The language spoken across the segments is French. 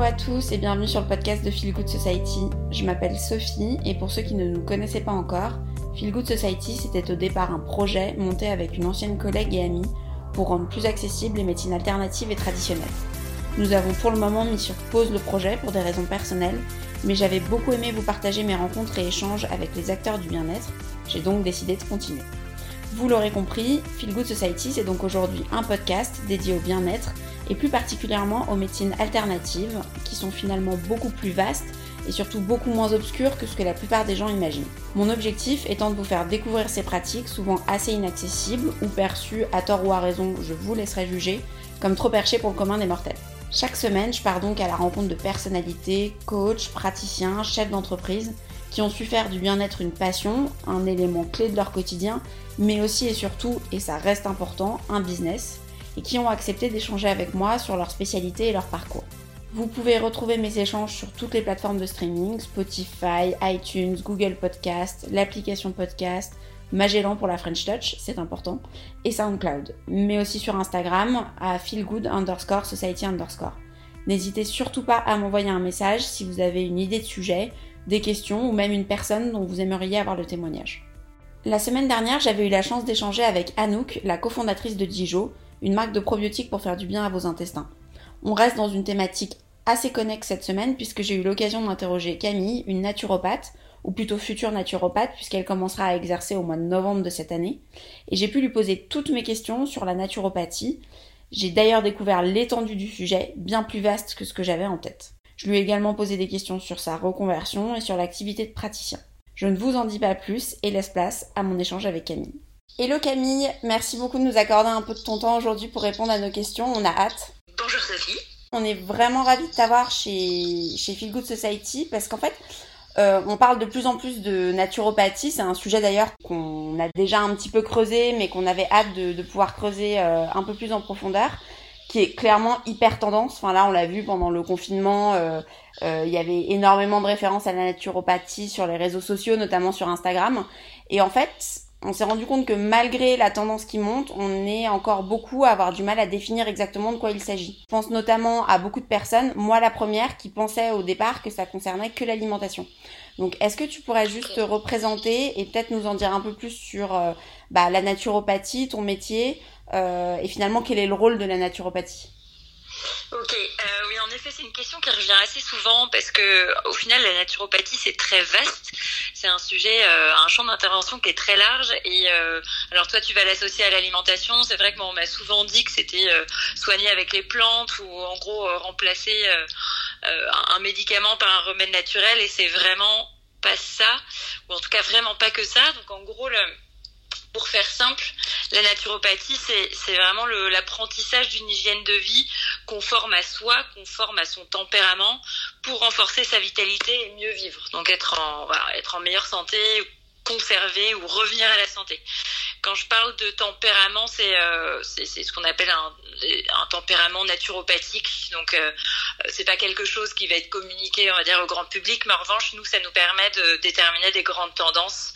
à tous et bienvenue sur le podcast de Feel Good Society. Je m'appelle Sophie et pour ceux qui ne nous connaissaient pas encore, Feel Good Society c'était au départ un projet monté avec une ancienne collègue et amie pour rendre plus accessibles les médecines alternatives et traditionnelles. Nous avons pour le moment mis sur pause le projet pour des raisons personnelles, mais j'avais beaucoup aimé vous partager mes rencontres et échanges avec les acteurs du bien-être, j'ai donc décidé de continuer. Vous l'aurez compris, Feel Good Society c'est donc aujourd'hui un podcast dédié au bien-être et plus particulièrement aux médecines alternatives qui sont finalement beaucoup plus vastes et surtout beaucoup moins obscures que ce que la plupart des gens imaginent. Mon objectif étant de vous faire découvrir ces pratiques souvent assez inaccessibles ou perçues à tort ou à raison, je vous laisserai juger, comme trop perchées pour le commun des mortels. Chaque semaine, je pars donc à la rencontre de personnalités, coachs, praticiens, chefs d'entreprise qui ont su faire du bien-être une passion, un élément clé de leur quotidien, mais aussi et surtout, et ça reste important, un business, et qui ont accepté d'échanger avec moi sur leur spécialité et leur parcours. Vous pouvez retrouver mes échanges sur toutes les plateformes de streaming, Spotify, iTunes, Google Podcast, l'application Podcast, Magellan pour la French Touch, c'est important, et SoundCloud, mais aussi sur Instagram à feelgood_society_. N'hésitez surtout pas à m'envoyer un message si vous avez une idée de sujet, des questions ou même une personne dont vous aimeriez avoir le témoignage. La semaine dernière, j'avais eu la chance d'échanger avec Anouk, la cofondatrice de Dijo, une marque de probiotiques pour faire du bien à vos intestins. On reste dans une thématique assez connexe cette semaine puisque j'ai eu l'occasion d'interroger Camille, une naturopathe, ou plutôt future naturopathe puisqu'elle commencera à exercer au mois de novembre de cette année. Et j'ai pu lui poser toutes mes questions sur la naturopathie. J'ai d'ailleurs découvert l'étendue du sujet, bien plus vaste que ce que j'avais en tête. Je lui ai également posé des questions sur sa reconversion et sur l'activité de praticien. Je ne vous en dis pas plus et laisse place à mon échange avec Camille. Hello Camille, merci beaucoup de nous accorder un peu de ton temps aujourd'hui pour répondre à nos questions, on a hâte. Bonjour Sophie. On est vraiment ravis de t'avoir chez Feel Good Society parce qu'en fait, on parle de plus en plus de naturopathie, c'est un sujet d'ailleurs qu'on a déjà un petit peu creusé mais qu'on avait hâte de pouvoir creuser un peu plus en profondeur, qui est clairement hyper tendance. Enfin là, on l'a vu pendant le confinement, il y avait énormément de références à la naturopathie sur les réseaux sociaux, notamment sur Instagram. Et en fait, on s'est rendu compte que malgré la tendance qui monte, on est encore beaucoup à avoir du mal à définir exactement de quoi il s'agit. Je pense notamment à beaucoup de personnes, moi la première, qui pensait au départ que ça concernait que l'alimentation. Donc est-ce que tu pourrais juste te représenter et peut-être nous en dire un peu plus sur la naturopathie, ton métier, et finalement quel est le rôle de la naturopathie ? Ok, oui, en effet, c'est une question qui revient assez souvent parce que, au final, la naturopathie, c'est très vaste. C'est un sujet, un champ d'intervention qui est très large. Et alors, toi, tu vas l'associer à l'alimentation. C'est vrai que moi, on m'a souvent dit que c'était soigner avec les plantes ou, en gros, remplacer un médicament par un remède naturel. Et c'est vraiment pas ça, ou en tout cas vraiment pas que ça. Donc, en gros, pour faire simple, la naturopathie, c'est vraiment l'apprentissage d'une hygiène de vie conforme à soi, conforme à son tempérament, pour renforcer sa vitalité et mieux vivre. Donc être en meilleure santé, conserver ou revenir à la santé. Quand je parle de tempérament, c'est ce qu'on appelle un tempérament naturopathique. Donc c'est pas quelque chose qui va être communiqué, on va dire, au grand public, mais en revanche, nous, ça nous permet de déterminer des grandes tendances.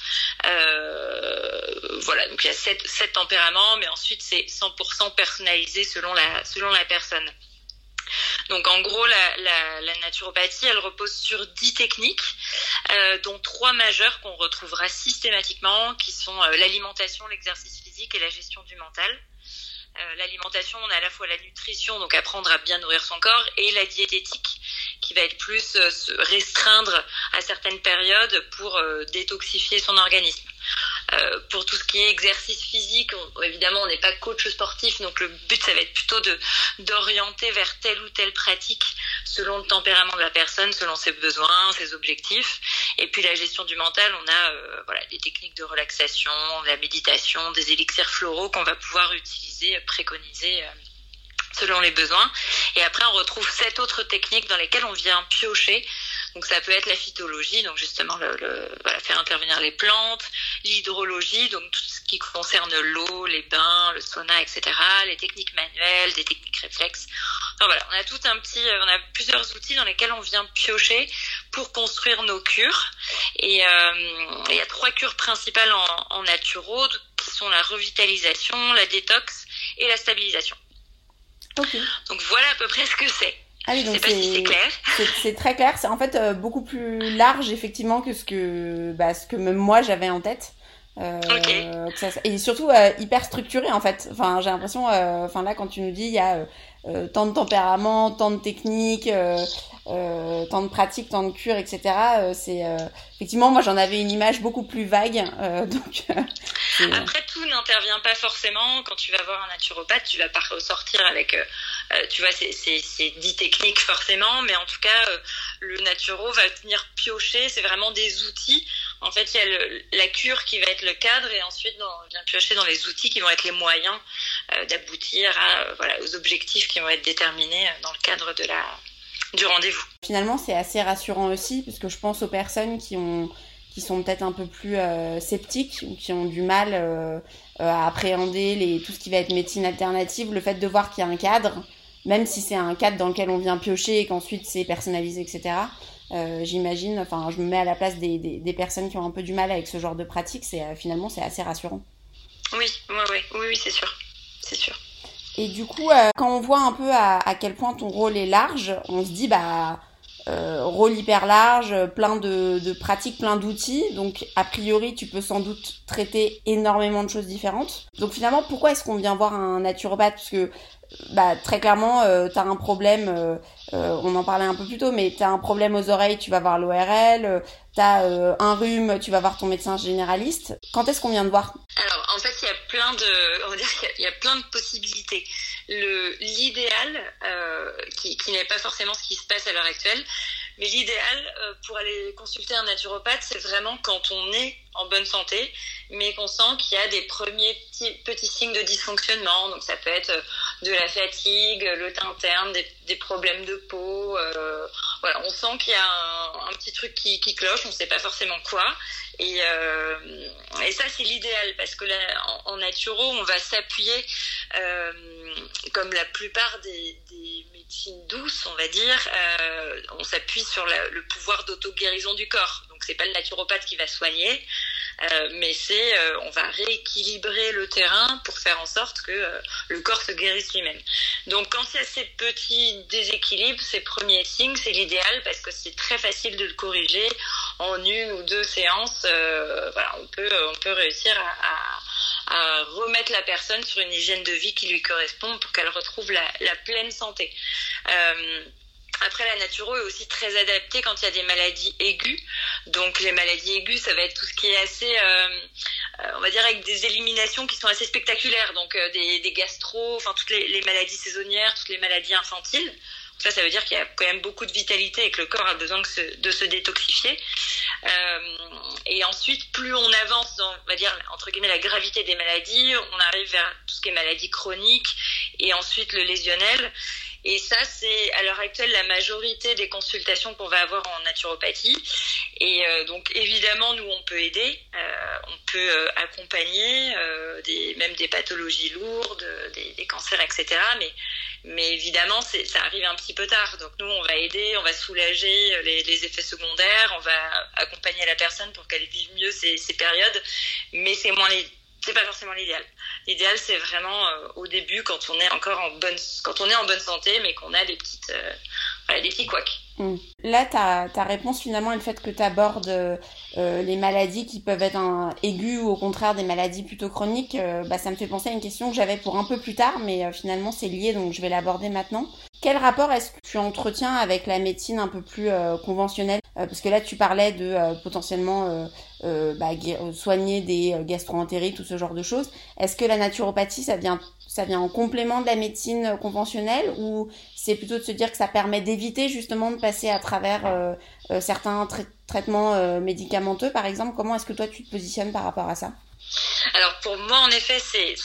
Voilà, donc il y a sept tempéraments, mais ensuite c'est 100% personnalisé selon la personne. Donc en gros, la naturopathie, elle repose sur 10 techniques, dont 3 majeures qu'on retrouvera systématiquement, qui sont l'alimentation, l'exercice physique et la gestion du mental. L'alimentation, on a à la fois la nutrition, donc apprendre à bien nourrir son corps, et la diététique, qui va être plus se restreindre à certaines périodes pour détoxifier son organisme. Pour tout ce qui est exercice physique, évidemment, on n'est pas coach sportif, donc le but, ça va être plutôt d'orienter vers telle ou telle pratique selon le tempérament de la personne, selon ses besoins, ses objectifs. Et puis la gestion du mental, on a des techniques de relaxation, de la méditation, des élixirs floraux qu'on va pouvoir utiliser, préconiser selon les besoins. Et après, on retrouve 7 autres techniques dans lesquelles on vient piocher. Donc ça peut être la phytologie, donc justement faire intervenir les plantes, l'hydrologie, donc tout ce qui concerne l'eau, les bains, le sauna, etc. Les techniques manuelles, des techniques réflexes. Enfin voilà, on a plusieurs outils dans lesquels on vient piocher pour construire nos cures. Et il y a 3 cures principales en naturo, qui sont la revitalisation, la détox et la stabilisation. Okay. Donc voilà à peu près ce que c'est. Ah oui, Je donc sais pas si c'est clair. c'est très clair. C'est en fait beaucoup plus large effectivement que ce que même moi j'avais en tête. Ok. Et surtout hyper structuré en fait. Enfin, j'ai l'impression, enfin là quand tu nous dis il y a tant de tempérament, tant de techniques, tant de pratiques, tant de cures, etc. C'est effectivement moi j'en avais une image beaucoup plus vague. Après, tout n'intervient pas forcément. Quand tu vas voir un naturopathe, tu vas pas ressortir avec, tu vois, c'est dit technique forcément, mais en tout cas, le naturo va venir piocher. C'est vraiment des outils. En fait, il y a la cure qui va être le cadre, et ensuite, on vient piocher dans les outils qui vont être les moyens d'aboutir à, voilà, aux objectifs qui vont être déterminés dans le cadre du rendez-vous. Finalement, c'est assez rassurant aussi, parce que je pense aux personnes qui sont peut-être un peu plus sceptiques, ou qui ont du mal à appréhender tout ce qui va être médecine alternative, le fait de voir qu'il y a un cadre, même si c'est un cadre dans lequel on vient piocher et qu'ensuite c'est personnalisé, etc. J'imagine, enfin, je me mets à la place des personnes qui ont un peu du mal avec ce genre de pratique, finalement c'est assez rassurant. Oui, oui, c'est sûr, c'est sûr. Et du coup, quand on voit un peu à quel point ton rôle est large, on se dit rôle hyper large, plein de pratiques, plein d'outils. Donc, a priori, tu peux sans doute traiter énormément de choses différentes. Donc, finalement, pourquoi est-ce qu'on vient voir un naturopathe? Parce que, très clairement, t'as un problème, on en parlait un peu plus tôt, mais t'as un problème aux oreilles, tu vas voir l'ORL, t'as un rhume, tu vas voir ton médecin généraliste. Quand est-ce qu'on vient te voir? Alors, en fait, on va dire qu'il y a plein de possibilités. L'idéal, qui n'est pas forcément ce qui se passe à l'heure actuelle, mais l'idéal pour aller consulter un naturopathe, c'est vraiment quand on est en bonne santé, mais qu'on sent qu'il y a des premiers petits signes de dysfonctionnement. Donc ça peut être de la fatigue, le teint terne, des problèmes de peau. Voilà, on sent qu'il y a un petit truc qui cloche, on ne sait pas forcément quoi. Et ça, c'est l'idéal, parce que là, en naturo, on va s'appuyer, comme la plupart des médecines douces, on va dire, on s'appuie sur le pouvoir d'auto-guérison du corps. Donc, c'est pas le naturopathe qui va soigner, mais on va rééquilibrer le terrain pour faire en sorte que le corps se guérisse lui-même. Donc, quand il y a ces petits déséquilibres, ces premiers signes, c'est l'idéal, parce que c'est très facile de le corriger en 1 ou 2 séances. Voilà, on peut réussir à remettre la personne sur une hygiène de vie qui lui correspond pour qu'elle retrouve la pleine santé. Après, la naturo est aussi très adaptée quand il y a des maladies aiguës. Donc, les maladies aiguës, ça va être tout ce qui est assez, on va dire, avec des éliminations qui sont assez spectaculaires. Donc, des gastro, enfin, toutes les maladies saisonnières, toutes les maladies infantiles. Ça veut dire qu'il y a quand même beaucoup de vitalité et que le corps a besoin de se détoxifier. Et ensuite, plus on avance dans, on va dire, entre guillemets, la gravité des maladies, on arrive vers tout ce qui est maladies chroniques et ensuite le lésionnel. Et ça, c'est à l'heure actuelle la majorité des consultations qu'on va avoir en naturopathie. Et donc, évidemment, nous, on peut aider, on peut accompagner même des pathologies lourdes, des cancers, etc. Mais évidemment, ça arrive un petit peu tard. Donc, nous, on va aider, on va soulager les effets secondaires, on va accompagner la personne pour qu'elle vive mieux ces périodes. Mais c'est pas forcément l'idéal. L'idéal, c'est vraiment au début, quand on est en bonne santé, mais qu'on a des petits couacs. Là, ta réponse finalement, et le fait que tu abordes les maladies qui peuvent être aiguës ou au contraire des maladies plutôt chroniques, ça me fait penser à une question que j'avais pour un peu plus tard, mais finalement c'est lié, donc je vais l'aborder maintenant. Quel rapport est-ce que tu entretiens avec la médecine un peu plus conventionnelle? Parce que là, tu parlais de potentiellement soigner des gastro-entérites ou ce genre de choses. Est-ce que la naturopathie, ça vient en complément de la médecine conventionnelle, ou c'est plutôt de se dire que ça permet d'éviter justement de passer à travers certains traitements médicamenteux, par exemple? Comment est-ce que toi, tu te positionnes par rapport à ça? Alors, pour moi, en effet,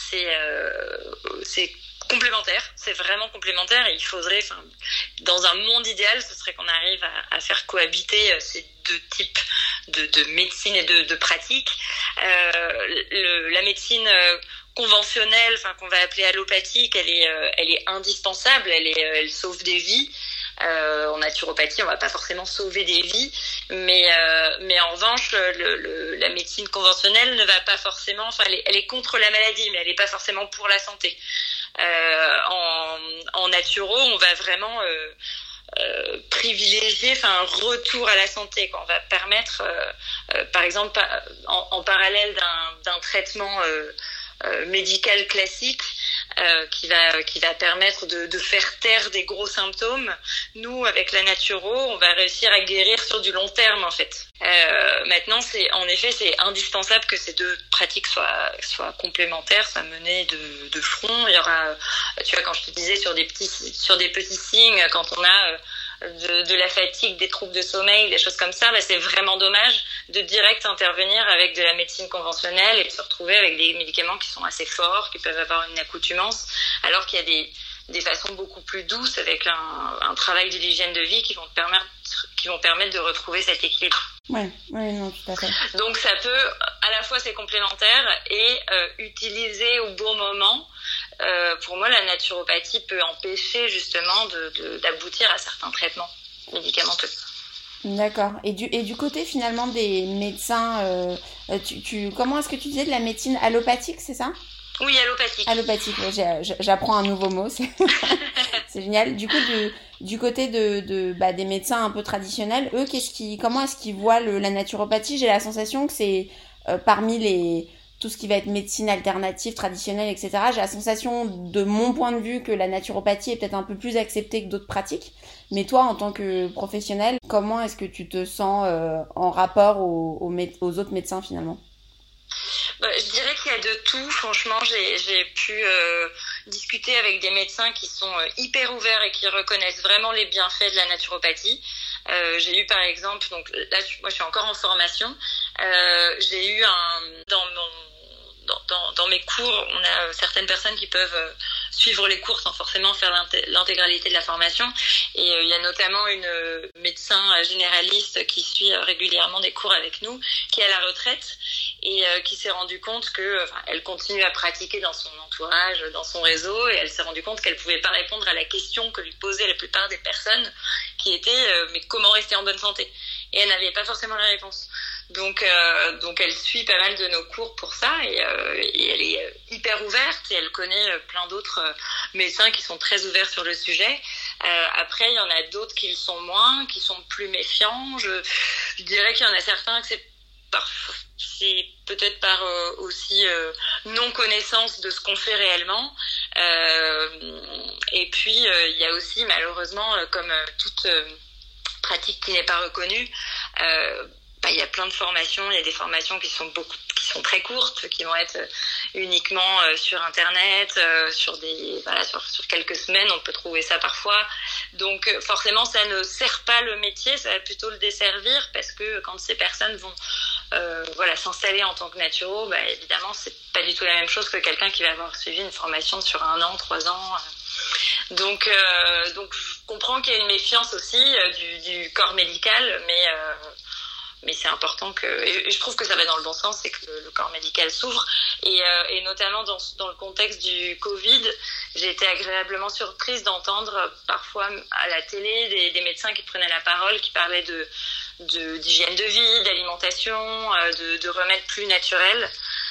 c'est complémentaire, c'est vraiment complémentaire, et il faudrait, dans un monde idéal, ce serait qu'on arrive à faire cohabiter ces deux types de médecine et de pratique. La médecine conventionnelle, qu'on va appeler allopathique, elle est indispensable, elle sauve des vies. En naturopathie, on va pas forcément sauver des vies, mais en revanche, la médecine conventionnelle ne va pas forcément, elle est contre la maladie, mais elle est pas forcément pour la santé. En naturo, on va vraiment privilégier un retour à la santé, quoi. On va permettre, par exemple, en parallèle d'un traitement médical classique, qui va permettre de faire taire des gros symptômes. Nous, avec la naturo, on va réussir à guérir sur du long terme, en fait. Maintenant, en effet, c'est indispensable que ces deux pratiques soient complémentaires, soient menées de front. Il y aura, tu vois, quand je te disais sur des petits signes, quand on a de la fatigue, des troubles de sommeil, des choses comme ça, c'est vraiment dommage de direct intervenir avec de la médecine conventionnelle et de se retrouver avec des médicaments qui sont assez forts, qui peuvent avoir une accoutumance, alors qu'il y a des façons beaucoup plus douces avec un travail de l'hygiène de vie qui vont permettre de retrouver cet équilibre. Ouais, non, tout à fait. Donc ça peut, à la fois c'est complémentaire et utilisé au bon moment. Pour moi, la naturopathie peut empêcher justement d'aboutir à certains traitements médicamenteux. D'accord. Et du côté finalement des médecins, comment est-ce que tu disais de la médecine allopathique, c'est ça ? Oui, allopathique. Allopathique, j'apprends un nouveau mot, c'est génial. Du coup, du côté des médecins un peu traditionnels, eux, comment est-ce qu'ils voient la naturopathie ? J'ai la sensation que c'est parmi tout ce qui va être médecine alternative, traditionnelle, etc. J'ai la sensation, de mon point de vue, que la naturopathie est peut-être un peu plus acceptée que d'autres pratiques. Mais toi, en tant que professionnel, comment est-ce que tu te sens en rapport aux autres médecins finalement ? Je dirais qu'il y a de tout. Franchement, j'ai pu discuter avec des médecins qui sont hyper ouverts et qui reconnaissent vraiment les bienfaits de la naturopathie. J'ai eu par exemple, donc là moi je suis encore en formation, j'ai eu dans mes cours, on a certaines personnes qui peuvent suivre les cours sans forcément faire l'intégralité de la formation. Et il y a notamment une médecin généraliste qui suit régulièrement des cours avec nous, qui est à la retraite et qui s'est rendu compte que elle continue à pratiquer dans son entourage, dans son réseau, et elle s'est rendu compte qu'elle pouvait pas répondre à la question que lui posaient la plupart des personnes, qui était mais comment rester en bonne santé, et elle n'avait pas forcément la réponse. Donc elle suit pas mal de nos cours pour ça, et elle est hyper ouverte, et elle connaît plein d'autres médecins qui sont très ouverts sur le sujet. Après, il y en a d'autres qui le sont moins, qui sont plus méfiants. Je dirais qu'il y en a certains que c'est peut-être par aussi non-connaissance de ce qu'on fait réellement. Et puis, il y a aussi, malheureusement, comme toute pratique qui n'est pas reconnue, il y a plein de formations. Il y a des formations qui sont très courtes, qui vont être uniquement sur Internet, sur quelques semaines. On peut trouver ça parfois. Donc forcément, ça ne sert pas le métier, ça va plutôt le desservir, parce que quand ces personnes vont s'installer en tant que naturo, évidemment, c'est pas du tout la même chose que quelqu'un qui va avoir suivi une formation sur 1 an, 3 ans. Donc je comprends qu'il y a une méfiance aussi du corps médical, mais c'est important et je trouve que ça va dans le bon sens, c'est que le corps médical s'ouvre, et notamment dans le contexte du Covid, j'ai été agréablement surprise d'entendre parfois à la télé des médecins qui prenaient la parole, qui parlaient d'hygiène de vie, d'alimentation, de remèdes plus naturels.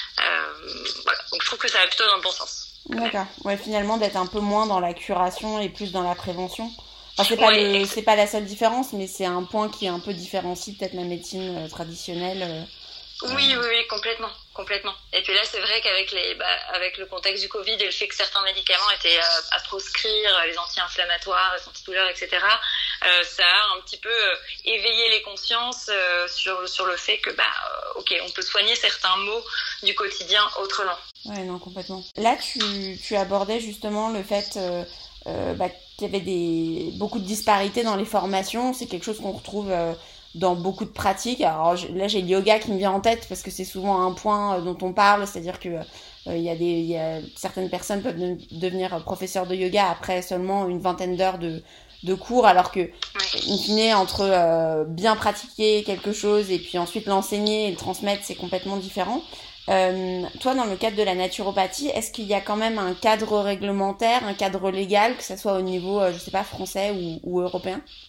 Donc je trouve que ça va plutôt dans le bon sens. D'accord. Ouais, finalement d'être un peu moins dans la curation et plus dans la prévention. Enfin, c'est pas la seule différence, mais c'est un point qui est un peu différencie peut-être la médecine traditionnelle. Oui, complètement. Et puis là, c'est vrai qu'avec avec le contexte du Covid et le fait que certains médicaments étaient à proscrire, les anti-inflammatoires, les antidouleurs, etc., ça a un petit peu éveillé les consciences sur le fait que on peut soigner certains maux du quotidien autrement. Ouais, non, complètement. Là, tu abordais justement le fait qu'il y avait beaucoup de disparités dans les formations. C'est quelque chose qu'on retrouve dans beaucoup de pratiques. Alors là, j'ai le yoga qui me vient en tête parce que c'est souvent un point dont on parle, c'est-à-dire que certaines personnes peuvent devenir professeurs de yoga après seulement une vingtaine d'heures de cours, alors que in fine, entre bien pratiquer quelque chose et puis ensuite l'enseigner et le transmettre, c'est complètement différent. Toi, dans le cadre de la naturopathie, est-ce qu'il y a quand même un cadre réglementaire, un cadre légal, que ça soit au niveau, français ou européen ?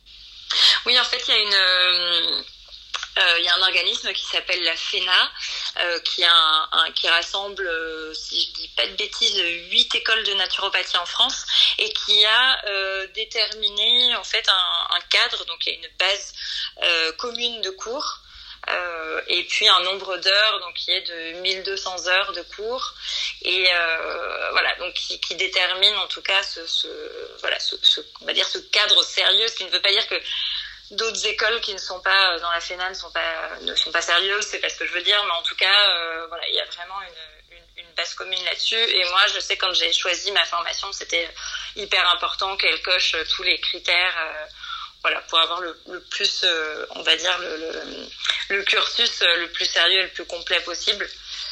Oui, en fait, il y a Il y a un organisme qui s'appelle la FENA, qui rassemble, si je dis pas de bêtises, 8 écoles de naturopathie en France, et qui a déterminé en fait un cadre. Donc il y a une base commune de cours, et puis un nombre d'heures, donc qui est de 1200 heures de cours, et voilà, donc qui détermine en tout cas on va dire ce cadre sérieux, ce qui ne veut pas dire que d'autres écoles qui ne sont pas dans la FENA ne sont pas sérieuses, c'est pas ce que je veux dire, mais en tout cas voilà, il y a vraiment une base commune là-dessus. Et moi, je sais, quand j'ai choisi ma formation, c'était hyper important qu'elle coche tous les critères, voilà, pour avoir le plus, on va dire, le cursus le plus sérieux et le plus complet possible.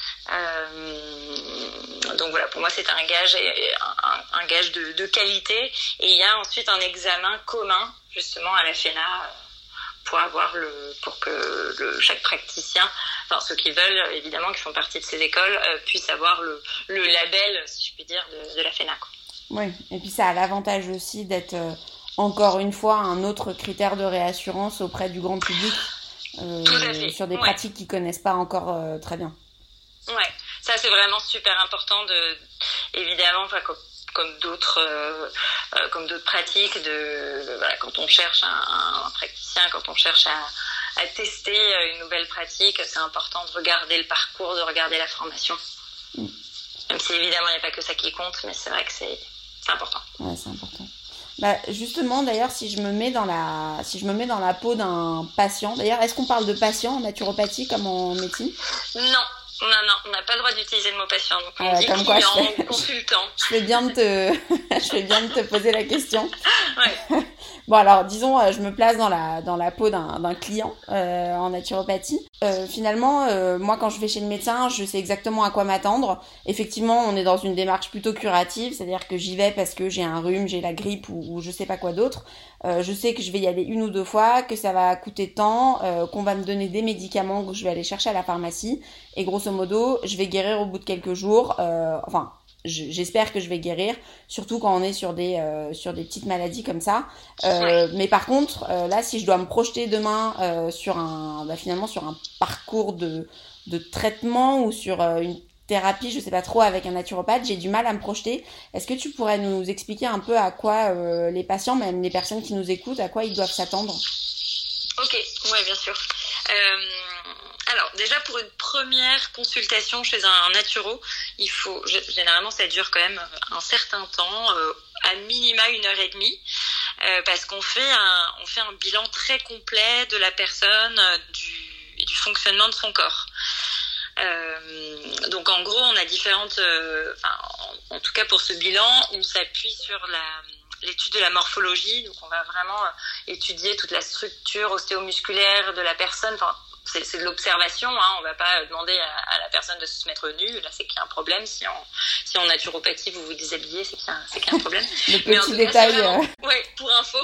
Donc voilà, pour moi c'était un gage de qualité. Et il y a ensuite un examen commun justement à la FENA pour que chaque praticien, enfin ceux qui veulent évidemment, qui font partie de ces écoles, puissent avoir le label, si je puis dire, de la FENA, quoi. Oui, et puis ça a l'avantage aussi d'être encore une fois un autre critère de réassurance auprès du grand public sur des pratiques qu'ils connaissent pas encore très bien. Ouais, ça c'est vraiment super important, évidemment, enfin, comme d'autres pratiques, voilà, quand on cherche un praticien, quand on cherche à tester une nouvelle pratique, c'est important de regarder le parcours, de regarder la formation. Même si évidemment il n'y a pas que ça qui compte, mais c'est vrai que c'est important. Ouais, c'est important. Bah, justement, d'ailleurs, si je me mets dans la peau d'un patient, d'ailleurs, est-ce qu'on parle de patient en naturopathie comme en médecine? Non, on n'a pas le droit d'utiliser le mot patient. Donc on dit comme quoi, consultant. Je fais bien de te poser la question. Ouais. Bon, alors, disons, je me place dans la peau d'un client en naturopathie. Finalement, moi, quand je vais chez le médecin, je sais exactement à quoi m'attendre. Effectivement, on est dans une démarche plutôt curative, c'est-à-dire que j'y vais parce que j'ai un rhume, j'ai la grippe ou je sais pas quoi d'autre. Je sais que je vais y aller 1 ou 2 fois, que ça va coûter tant, qu'on va me donner des médicaments que je vais aller chercher à la pharmacie. Et grosso modo, je vais guérir au bout de quelques jours. J'espère que je vais guérir, surtout quand on est sur des petites maladies comme ça. Mais par contre, là, si je dois me projeter demain sur un parcours de traitement ou sur une thérapie, je sais pas trop, avec un naturopathe, j'ai du mal à me projeter. Est-ce que tu pourrais nous expliquer un peu à quoi les patients, même les personnes qui nous écoutent, à quoi ils doivent s'attendre? Ok, ouais, bien sûr. Alors, déjà, pour une première consultation chez un naturo, généralement, ça dure quand même un certain temps, à minima 1h30, parce qu'on fait un bilan très complet de la personne, du fonctionnement de son corps. Donc, en gros, on a différentes, en tout cas pour ce bilan, on s'appuie sur l'étude de la morphologie. Donc, on va vraiment étudier toute la structure ostéomusculaire de la personne. Enfin, c'est de l'observation, hein. On va pas demander à la personne de se mettre nue. Là, c'est qu'il y a un problème. Si en naturopathie vous vous déshabillez, c'est qu'il y a un problème. Le petit détail. Ouais, pour info.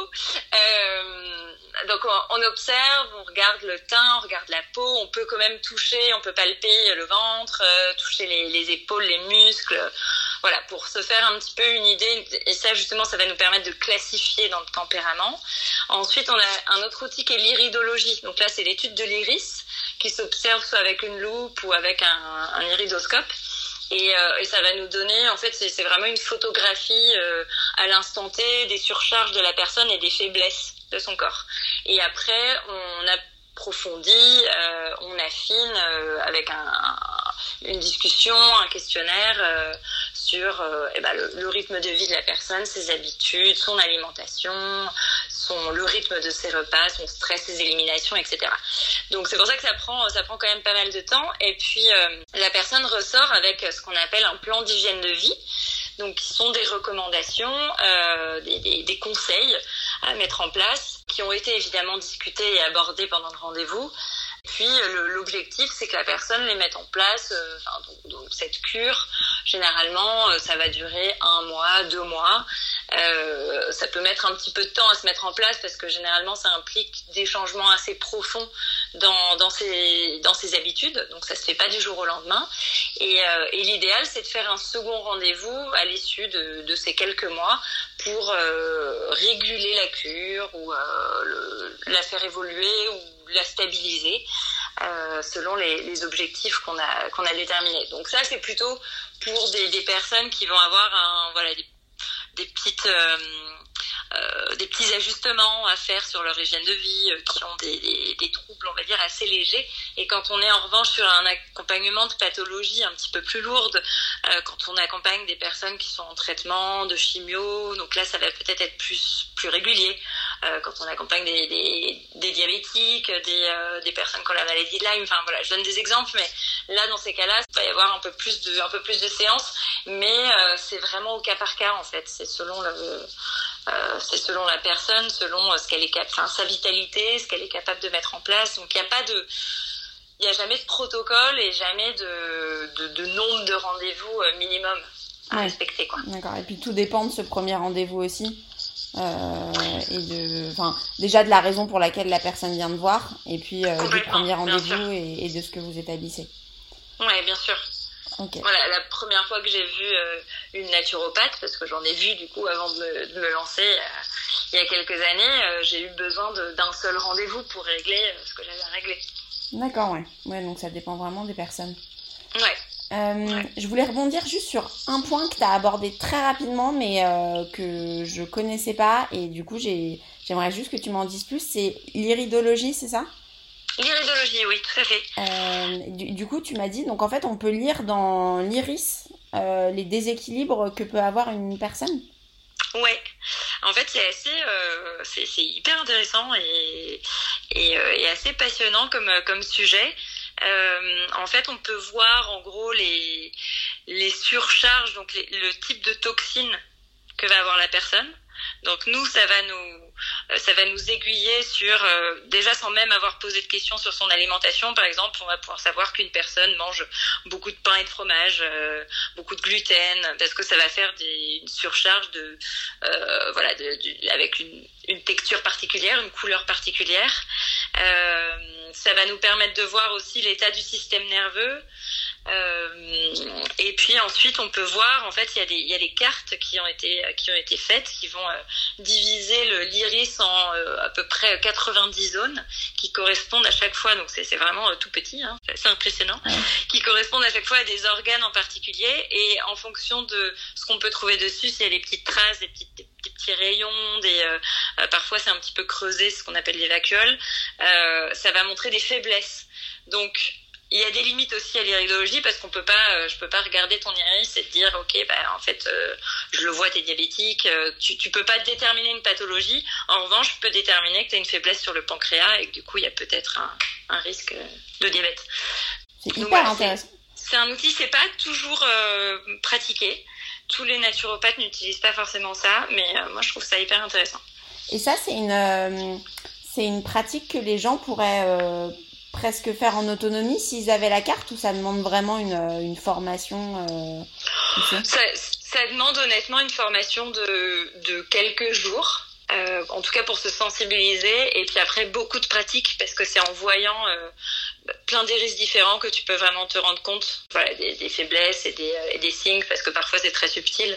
Donc on observe, on regarde le teint, on regarde la peau. On peut quand même toucher, on peut palper le ventre, toucher les épaules, les muscles. Voilà, pour se faire un petit peu une idée. Et ça, justement, ça va nous permettre de classifier dans le tempérament. Ensuite, on a un autre outil qui est l'iridologie. Donc là, c'est l'étude de l'iris qui s'observe soit avec une loupe ou avec un iridoscope. Et ça va nous donner, en fait, c'est vraiment une photographie à l'instant T des surcharges de la personne et des faiblesses de son corps. Et après, on approfondit, on affine avec une discussion, un questionnaire sur le rythme de vie de la personne, ses habitudes, son alimentation, le rythme de ses repas, son stress, ses éliminations, etc. Donc c'est pour ça que ça prend quand même pas mal de temps. Et puis la personne ressort avec ce qu'on appelle un plan d'hygiène de vie, donc qui sont des recommandations, des conseils à mettre en place, qui ont été évidemment discutés et abordés pendant le rendez-vous. Puis l'objectif, c'est que la personne les mette en place. Donc cette cure, généralement, ça va durer 1 mois, 2 mois. Ça peut mettre un petit peu de temps à se mettre en place parce que généralement, ça implique des changements assez profonds dans ses habitudes. Donc ça se fait pas du jour au lendemain. Et l'idéal, c'est de faire un second rendez-vous à l'issue de ces quelques mois pour réguler la cure ou la faire évoluer ou la stabiliser selon les objectifs qu'on a déterminés. Donc ça, c'est plutôt pour des personnes qui vont avoir des petits ajustements à faire sur leur hygiène de vie, qui ont des troubles, on va dire, assez légers. Et quand on est en revanche sur un accompagnement de pathologie un petit peu plus lourde, quand on accompagne des personnes qui sont en traitement de chimio, donc là ça va peut-être être plus régulier. Quand on accompagne des diabétiques, des personnes qui ont la maladie de Lyme, enfin voilà, je donne des exemples, mais là dans ces cas-là, il va y avoir un peu plus de séances, mais c'est vraiment au cas par cas en fait. C'est selon la personne, selon ce qu'elle est sa vitalité, ce qu'elle est capable de mettre en place. Donc il n'y a jamais de protocole et jamais de nombre de rendez-vous minimum à respecter, quoi. D'accord. Et puis tout dépend de ce premier rendez-vous aussi. Déjà de la raison pour laquelle la personne vient te voir, et puis du premier rendez-vous et de ce que vous établissez. Ouais, bien sûr. Okay. Voilà, la première fois que j'ai vu une naturopathe, parce que j'en ai vu du coup avant de me lancer il y a quelques années, j'ai eu besoin d'un seul rendez-vous pour régler ce que j'avais à régler. D'accord, ouais, donc ça dépend vraiment des personnes. Ouais. Je voulais rebondir juste sur un point que tu as abordé très rapidement, mais que je connaissais pas, et du coup j'aimerais juste que tu m'en dises plus. C'est l'iridologie, c'est ça ? L'iridologie, oui, tout à fait. Du coup, tu m'as dit, donc en fait, on peut lire dans l'iris les déséquilibres que peut avoir une personne ? Ouais, en fait, c'est hyper intéressant et assez passionnant comme sujet. En fait, on peut voir en gros les surcharges, donc le type de toxines que va avoir la personne. Donc nous, ça va nous aiguiller sur, déjà sans même avoir posé de questions sur son alimentation, par exemple, on va pouvoir savoir qu'une personne mange beaucoup de pain et de fromage, beaucoup de gluten, parce que ça va faire une surcharge avec une texture particulière, une couleur particulière. Ça va nous permettre de voir aussi l'état du système nerveux. Et puis ensuite on peut voir, en fait il y a des cartes qui ont été faites qui vont diviser l'iris en à peu près 90 zones qui correspondent à chaque fois, donc c'est vraiment tout petit, hein, c'est impressionnant, qui correspondent à chaque fois à des organes en particulier, et en fonction de ce qu'on peut trouver dessus, s'il y a des petites traces, des petits rayons, parfois c'est un petit peu creusé, ce qu'on appelle les vacuoles, ça va montrer des faiblesses. Donc il y a des limites aussi à l'iridologie, parce je peux pas regarder ton iris et te dire ok, en fait je le vois, t'es diabétique, tu peux pas déterminer une pathologie. En revanche, je peux déterminer que t'as une faiblesse sur le pancréas et que du coup il y a peut-être un risque de diabète. C'est hyper intéressant. C'est un outil, c'est pas toujours pratiqué. Tous les naturopathes n'utilisent pas forcément ça, mais moi je trouve ça hyper intéressant. Et ça, c'est une pratique que les gens pourraient presque faire en autonomie s'ils avaient la carte, ou ça demande vraiment une formation ça demande honnêtement une formation de quelques jours, en tout cas pour se sensibiliser, et puis après beaucoup de pratique, parce que c'est en voyant plein d'iris différents que tu peux vraiment te rendre compte, voilà, des faiblesses et des signes, parce que parfois c'est très subtil,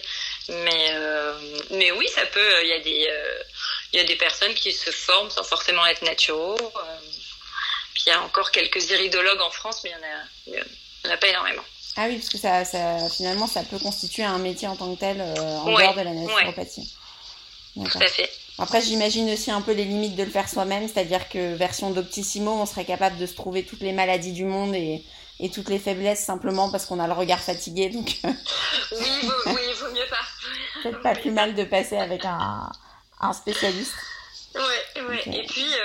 mais oui, ça peut, il y a des personnes qui se forment sans forcément être naturaux. Puis il y a encore quelques iridologues en France, mais il y en a pas énormément. Ah oui, parce que finalement, ça peut constituer un métier en tant que tel en dehors de la naturopathie. Ouais. Tout à fait. Après, j'imagine aussi un peu les limites de le faire soi-même, c'est-à-dire que version Doctissimo, on serait capable de se trouver toutes les maladies du monde et toutes les faiblesses simplement parce qu'on a le regard fatigué. Donc oui, il vaut mieux pas. Peut-être pas plus mal de passer avec un spécialiste. Ouais. Okay.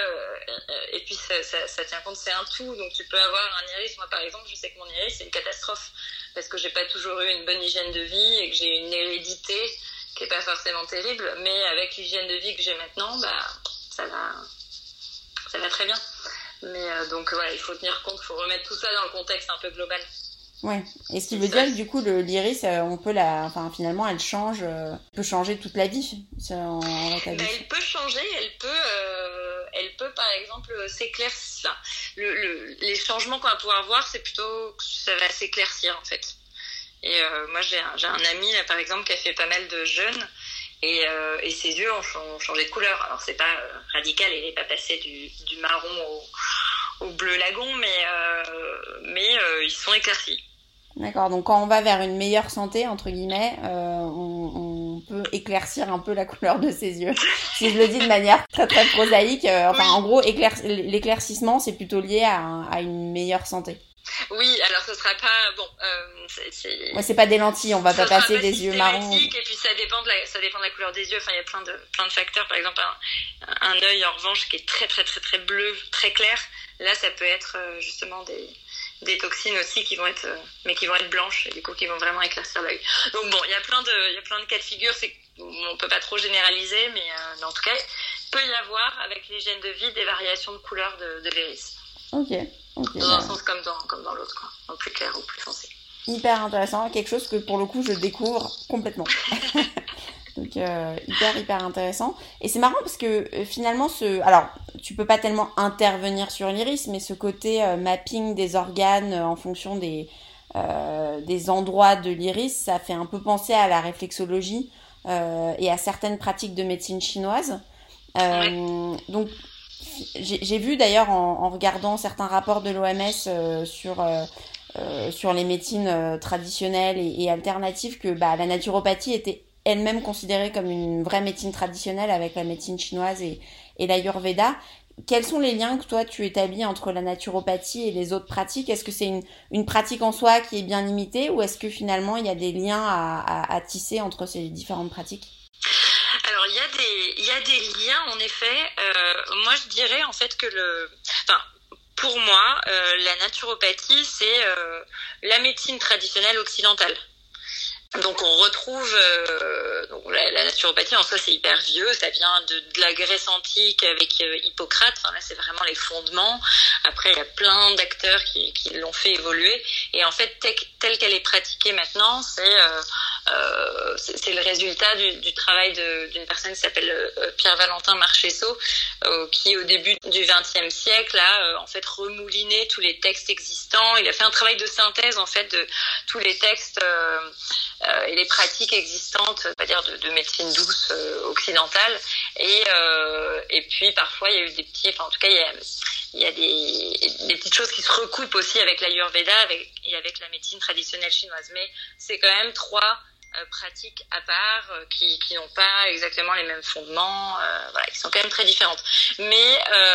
Et puis ça tient compte, c'est un tout, donc tu peux avoir un iris. Moi par exemple, je sais que mon iris c'est une catastrophe parce que j'ai pas toujours eu une bonne hygiène de vie et que j'ai une hérédité qui est pas forcément terrible, mais avec l'hygiène de vie que j'ai maintenant, ça va très bien. Mais donc voilà, il faut tenir compte, il faut remettre tout ça dans le contexte un peu global. Ouais. Et ce qui veut dire que du coup l'iris, on peut finalement elle peut changer toute la vie. Elle peut changer, elle peut par exemple s'éclaircir. Les changements qu'on va pouvoir voir, c'est plutôt que ça va s'éclaircir en fait. Et moi j'ai un ami là par exemple qui a fait pas mal de jeûnes et ses yeux ont changé de couleur. Alors c'est pas radical, il n'est pas passé du marron au bleu lagon, mais ils sont éclaircis. D'accord, donc quand on va vers une meilleure santé, entre guillemets, on peut éclaircir un peu la couleur de ses yeux. Si je le dis de manière très très prosaïque, en gros, l'éclaircissement, c'est plutôt lié à une meilleure santé. Oui, alors ce sera pas bon. Ouais, c'est pas des lentilles, on va pas passer des yeux marrons. Et puis ça dépend de la couleur des yeux. Enfin, il y a plein de facteurs. Par exemple, un œil en revanche qui est très très très très bleu, très clair. Là, ça peut être justement des toxines aussi qui vont être blanches et du coup qui vont vraiment éclaircir l'œil. Donc bon, il y a plein de cas de figure. On peut pas trop généraliser, mais en tout cas, il peut y avoir avec l'hygiène de vie des variations de couleur de l'iris. Ok. Dans un sens comme dans l'autre, quoi. En plus clair ou plus foncé. Hyper intéressant, quelque chose que pour le coup je découvre complètement. Donc hyper intéressant. Et c'est marrant parce que finalement alors tu peux pas tellement intervenir sur l'iris, mais ce côté mapping des organes en fonction des endroits de l'iris, ça fait un peu penser à la réflexologie et à certaines pratiques de médecine chinoise. Donc j'ai vu d'ailleurs en regardant certains rapports de l'OMS sur les médecines traditionnelles et alternatives que la naturopathie était elle-même considérée comme une vraie médecine traditionnelle avec la médecine chinoise et l'Ayurveda. Quels sont les liens que toi tu établis entre la naturopathie et les autres pratiques ? Est-ce que c'est une pratique en soi qui est bien limitée ou est-ce que finalement il y a des liens à tisser entre ces différentes pratiques ? Alors il y a des liens en effet. Moi je dirais en fait que pour moi la naturopathie c'est la médecine traditionnelle occidentale. Donc on retrouve la naturopathie en soi c'est hyper vieux, ça vient de la Grèce antique avec Hippocrate. Enfin, là c'est vraiment les fondements. Après il y a plein d'acteurs qui l'ont fait évoluer et en fait telle qu'elle est pratiquée maintenant c'est le résultat du travail d'une personne qui s'appelle Pierre-Valentin Marchesso qui au début du XXe siècle a en fait remouliné tous les textes existants. Il a fait un travail de synthèse en fait de tous les textes et les pratiques existantes, on va dire de médecine douce occidentale et puis parfois il y a eu des petits, enfin en tout cas il y a des petites choses qui se recoupent aussi avec l'Ayurveda et avec la médecine traditionnelle chinoise, mais c'est quand même trois pratiques à part qui n'ont pas exactement les mêmes fondements, qui sont quand même très différentes, mais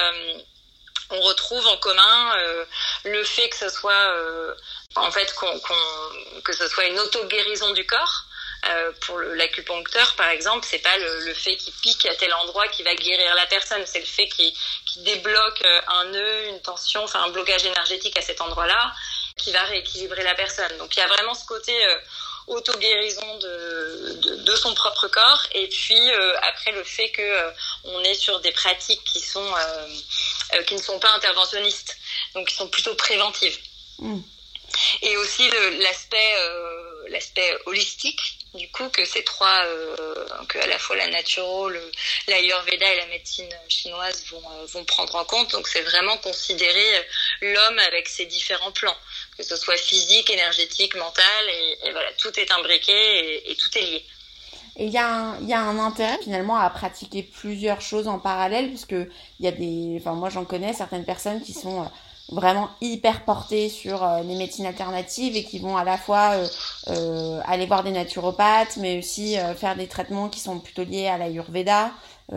on retrouve en commun le fait que ce soit en fait que ce soit une auto-guérison du corps. Pour l'acupuncteur par exemple, c'est pas le fait qu'il pique à tel endroit qui va guérir la personne, c'est le fait qu'il débloque un nœud, une tension, enfin un blocage énergétique à cet endroit-là qui va rééquilibrer la personne. Donc il y a vraiment ce côté auto-guérison de son propre corps et puis après le fait que on est sur des pratiques qui ne sont pas interventionnistes, donc qui sont plutôt préventives. Et aussi l'aspect holistique du coup que ces trois que à la fois la naturo, l'Ayurveda et la médecine chinoise vont prendre en compte. Donc c'est vraiment considérer l'homme avec ses différents plans, que ce soit physique, énergétique, mental et voilà, tout est imbriqué et tout est lié. Et il y a un intérêt finalement à pratiquer plusieurs choses en parallèle, parce que il y a moi j'en connais certaines personnes qui sont vraiment hyper portées sur les médecines alternatives et qui vont à la fois aller voir des naturopathes, mais aussi faire des traitements qui sont plutôt liés à l'Ayurveda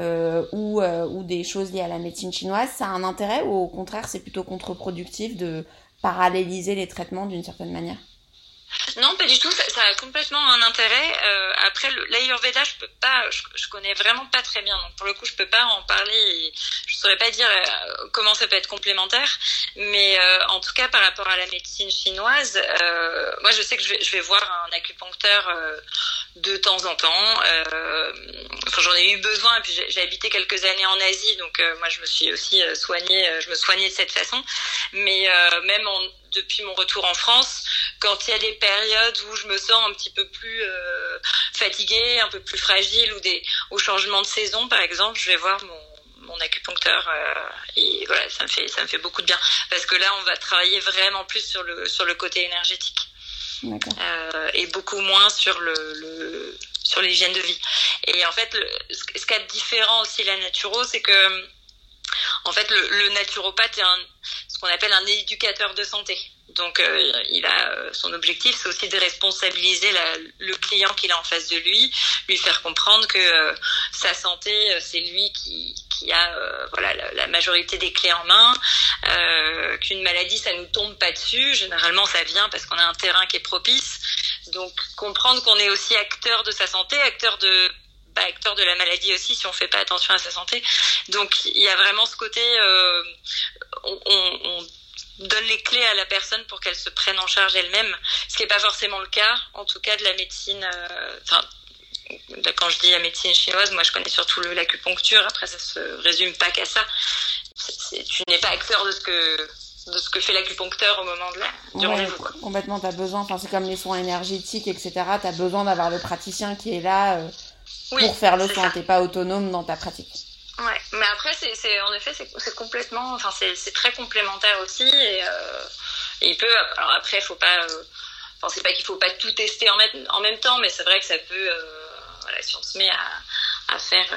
ou des choses liées à la médecine chinoise. Ça a un intérêt ou au contraire c'est plutôt contre-productif de paralléliser les traitements d'une certaine manière? Non, pas du tout. Ça a complètement un intérêt. Après, l'Ayurveda, je connais vraiment pas très bien. Donc, pour le coup, je peux pas en parler. Et je saurais pas dire comment ça peut être complémentaire. Mais en tout cas, par rapport à la médecine chinoise, moi, je sais que je vais voir un acupuncteur de temps en temps. J'en ai eu besoin. Et puis, j'ai habité quelques années en Asie, donc moi, je me suis aussi soignée. Je me soignais de cette façon. Mais même depuis mon retour en France, quand il y a des périodes où je me sens un petit peu plus fatiguée, un peu plus fragile au changement de saison par exemple, je vais voir mon acupuncteur et voilà, ça me fait beaucoup de bien parce que là on va travailler vraiment plus sur le côté énergétique. Et beaucoup moins sur sur l'hygiène de vie. Et en fait, ce qu'a de différent aussi la naturo, c'est que en fait, le naturopathe est ce qu'on appelle un éducateur de santé. Donc, il a son objectif, c'est aussi de responsabiliser le client qu'il a en face de lui faire comprendre que sa santé, c'est lui qui a voilà la majorité des clés en main, qu'une maladie, ça nous tombe pas dessus. Généralement, ça vient parce qu'on a un terrain qui est propice. Donc, comprendre qu'on est aussi acteur de sa santé, acteur de la maladie aussi si on fait pas attention à sa santé. Donc il y a vraiment ce côté on donne les clés à la personne pour qu'elle se prenne en charge elle-même, ce qui n'est pas forcément le cas, en tout cas de la médecine. Quand je dis la médecine chinoise, moi je connais surtout l'acupuncture. Après ça se résume pas qu'à ça. Tu n'es pas acteur de ce que fait l'acupuncteur au moment du rendez-vous, quoi. Complètement, t'as besoin. Enfin, c'est comme les soins énergétiques, etc. T'as besoin d'avoir le praticien qui est là. Pour faire le soin, t'es pas autonome dans ta pratique. Ouais, mais après en effet c'est complètement, enfin c'est très complémentaire aussi et il peut, alors après faut pas, enfin c'est pas qu'il faut pas tout tester en même temps, mais c'est vrai que ça peut, voilà, si on se met à faire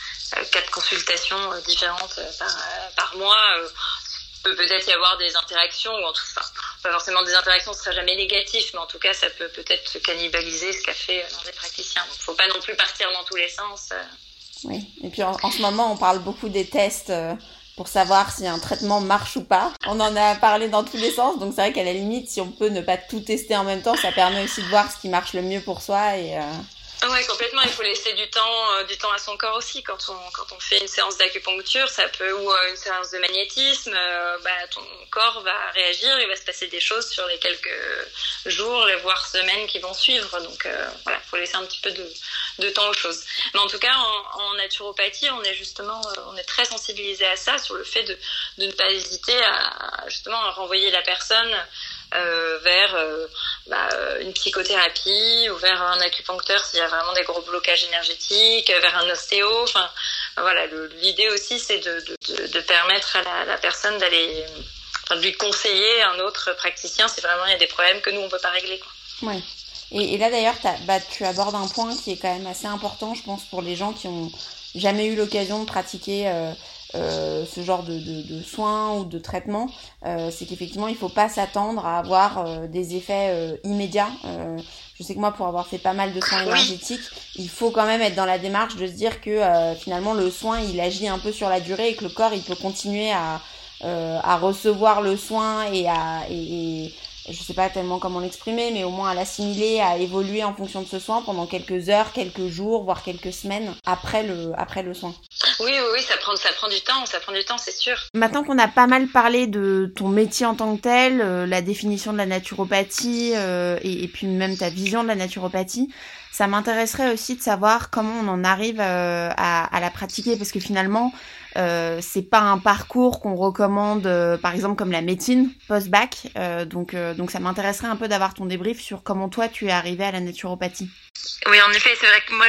4 consultations différentes par mois, peut-être y avoir des interactions, ou en tout cas, pas forcément des interactions, ce sera jamais négatif, mais en tout cas, ça peut peut-être se cannibaliser ce qu'a fait dans des praticiens. Donc, faut pas non plus partir dans tous les sens. Oui, et puis en ce moment, on parle beaucoup des tests pour savoir si un traitement marche ou pas. On en a parlé dans tous les sens, donc c'est vrai qu'à la limite, si on peut ne pas tout tester en même temps, ça permet aussi de voir ce qui marche le mieux pour soi et... Ouais, complètement. Il faut laisser du temps à son corps aussi. Quand on fait une séance d'acupuncture, ça peut, ou une séance de magnétisme, ton corps va réagir, il va se passer des choses sur les quelques jours, voire semaines qui vont suivre. Donc, voilà, faut laisser un petit peu de temps aux choses. Mais en tout cas, en naturopathie, on est très sensibilisé à ça, sur le fait de ne pas hésiter à renvoyer la personne vers une psychothérapie ou vers un acupuncteur s'il y a vraiment des gros blocages énergétiques, vers un ostéo. Enfin, voilà, l'idée aussi c'est de permettre à la personne de lui conseiller un autre praticien si vraiment il y a des problèmes que nous on peut pas régler, quoi. Ouais. Et là d'ailleurs tu abordes un point qui est quand même assez important, je pense, pour les gens qui ont jamais eu l'occasion de pratiquer ce genre de soins ou de traitements, c'est qu'effectivement il faut pas s'attendre à avoir des effets immédiats. Je sais que moi, pour avoir fait pas mal de soins énergétiques, il faut quand même être dans la démarche de se dire que finalement le soin il agit un peu sur la durée et que le corps il peut continuer à recevoir le soin et je sais pas tellement comment l'exprimer, mais au moins à l'assimiler, à évoluer en fonction de ce soin pendant quelques heures, quelques jours, voire quelques semaines après le soin. Oui, ça prend du temps, c'est sûr. Maintenant qu'on a pas mal parlé de ton métier en tant que tel, la définition de la naturopathie et puis même ta vision de la naturopathie, ça m'intéresserait aussi de savoir comment on en arrive à la pratiquer, parce que finalement, c'est pas un parcours qu'on recommande, par exemple comme la médecine post-bac, donc ça m'intéresserait un peu d'avoir ton débrief sur comment toi tu es arrivé à la naturopathie. Oui, en effet, c'est vrai que moi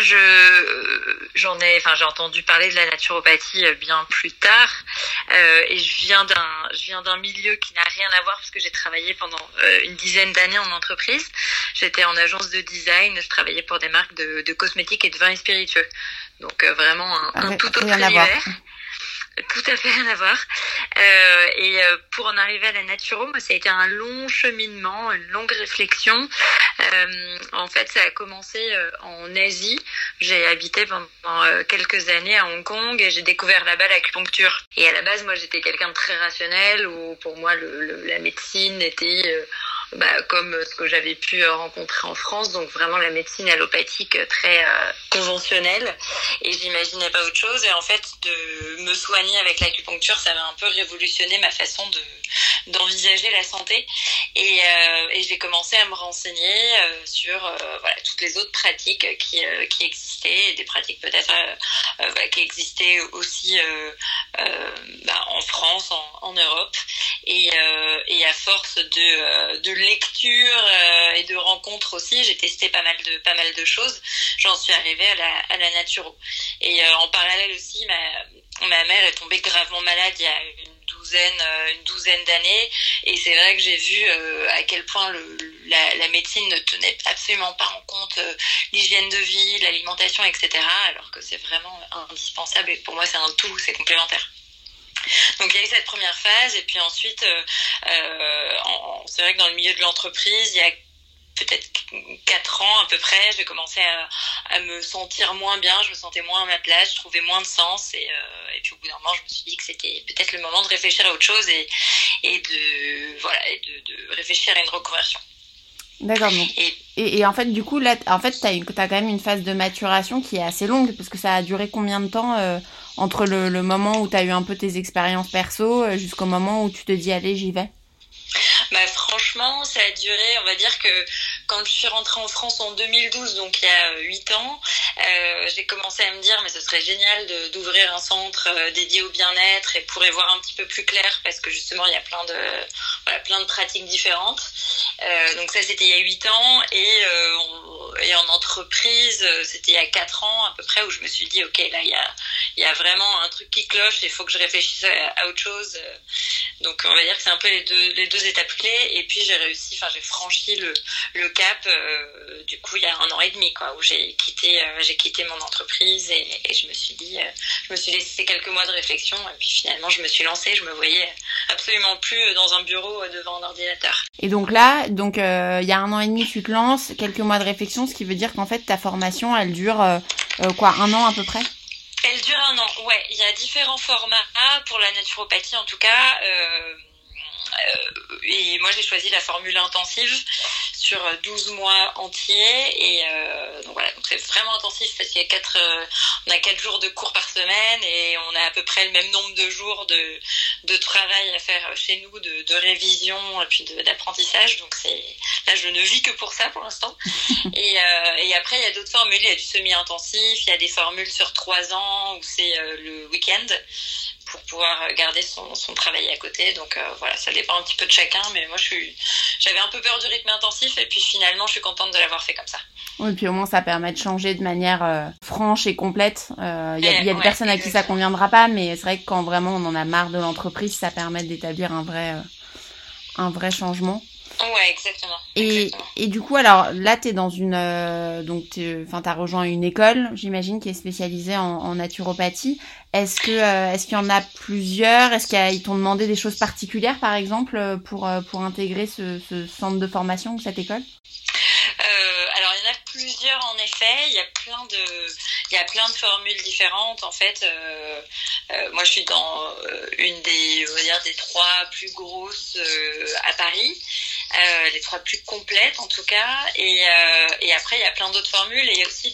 j'ai entendu parler de la naturopathie bien plus tard, et je viens d'un milieu qui n'a rien à voir parce que j'ai travaillé pendant une dizaine d'années en entreprise. J'étais en agence de design, je travaillais pour des marques de cosmétiques et de vins et spiritueux. Donc vraiment un tout autre univers. Tout à fait rien à voir. Pour en arriver à la naturo, moi, ça a été un long cheminement, une longue réflexion. En fait, ça a commencé en Asie. J'ai habité pendant quelques années à Hong Kong et j'ai découvert là-bas l'acupuncture. Et à la base, moi, j'étais quelqu'un de très rationnel où pour moi, la médecine était... comme ce que j'avais pu rencontrer en France, donc vraiment la médecine allopathique très conventionnelle, et j'imaginais pas autre chose. Et en fait, de me soigner avec l'acupuncture, ça m'a un peu révolutionné ma façon d'envisager la santé, et j'ai commencé à me renseigner sur toutes les autres pratiques qui existaient, et des pratiques peut-être qui existaient aussi en France, en Europe, et à force de lecture et de rencontres aussi, j'ai testé pas mal de choses. J'en suis arrivée à la naturo. Et en parallèle aussi, ma mère est tombée gravement malade il y a une une douzaine d'années, et c'est vrai que j'ai vu à quel point la médecine ne tenait absolument pas en compte l'hygiène de vie, l'alimentation, etc., alors que c'est vraiment indispensable, et pour moi c'est un tout, c'est complémentaire. Donc il y a eu cette première phase, et puis ensuite c'est vrai que dans le milieu de l'entreprise, il y a peut-être 4 ans à peu près, j'ai commencé à me sentir moins bien, je me sentais moins à ma place, je trouvais moins de sens, et puis au bout d'un moment je me suis dit que c'était peut-être le moment de réfléchir à autre chose et de réfléchir à une reconversion. D'accord. Bon. Et en fait, du coup, là, en fait, t'as quand même une phase de maturation qui est assez longue, parce que ça a duré combien de temps entre le moment où t'as eu un peu tes expériences perso jusqu'au moment où tu te dis allez, j'y vais? Bah franchement, ça a duré, on va dire que quand je suis rentrée en France en 2012, donc il y a 8 ans, j'ai commencé à me dire mais ce serait génial d'ouvrir un centre dédié au bien-être et pour y voir un petit peu plus clair, parce que justement il y a plein de pratiques différentes. Donc ça c'était il y a 8 ans, et en entreprise c'était il y a 4 ans à peu près, où je me suis dit ok, là il y a vraiment un truc qui cloche, il faut que je réfléchisse à autre chose. Donc on va dire que c'est un peu les deux étapes clés, et puis j'ai franchi le cap du coup il y a 1 an et demi quoi, où j'ai quitté mon entreprise, et je me suis laissé quelques mois de réflexion, et puis finalement je me suis lancée. Je me voyais absolument plus dans un bureau devant un ordinateur. Et donc là, il y a 1 an et demi tu te lances, quelques mois de réflexion, ce qui veut dire qu'en fait ta formation elle dure 1 an à peu près? Elle dure 1 an, ouais. Il y a différents formats pour la naturopathie en tout cas. Et moi j'ai choisi la formule intensive sur 12 mois entiers, et donc voilà, donc c'est vraiment intensif parce qu'il y a on a 4 jours de cours par semaine, et on a à peu près le même nombre de jours de travail à faire chez nous, de révision et puis d'apprentissage. Donc là je ne vis que pour ça pour l'instant. Et après il y a d'autres formules, il y a du semi-intensif, il y a des formules sur 3 ans où c'est le week-end pour pouvoir garder son travail à côté. Donc voilà, ça dépend un petit peu de chacun, mais moi j'avais un peu peur du rythme intensif, et puis finalement je suis contente de l'avoir fait comme ça. Oui, puis au moins ça permet de changer de manière franche et complète. Il y a des personnes à qui ça conviendra pas, mais c'est vrai que quand vraiment on en a marre de l'entreprise, ça permet d'établir un vrai changement. Ouais, exactement. Et du coup, alors là, t'es dans t'as rejoint une école, j'imagine, qui est spécialisée en naturopathie. Est-ce qu'il y en a plusieurs? Est-ce qu'ils t'ont demandé des choses particulières, par exemple, pour intégrer ce centre de formation ou cette école? Alors il y en a plusieurs en effet. Il y a plein de formules différentes en fait. Moi je suis dans une des 3 plus grosses à Paris. Les 3 plus complètes en tout cas, et après il y a plein d'autres formules, et il y a aussi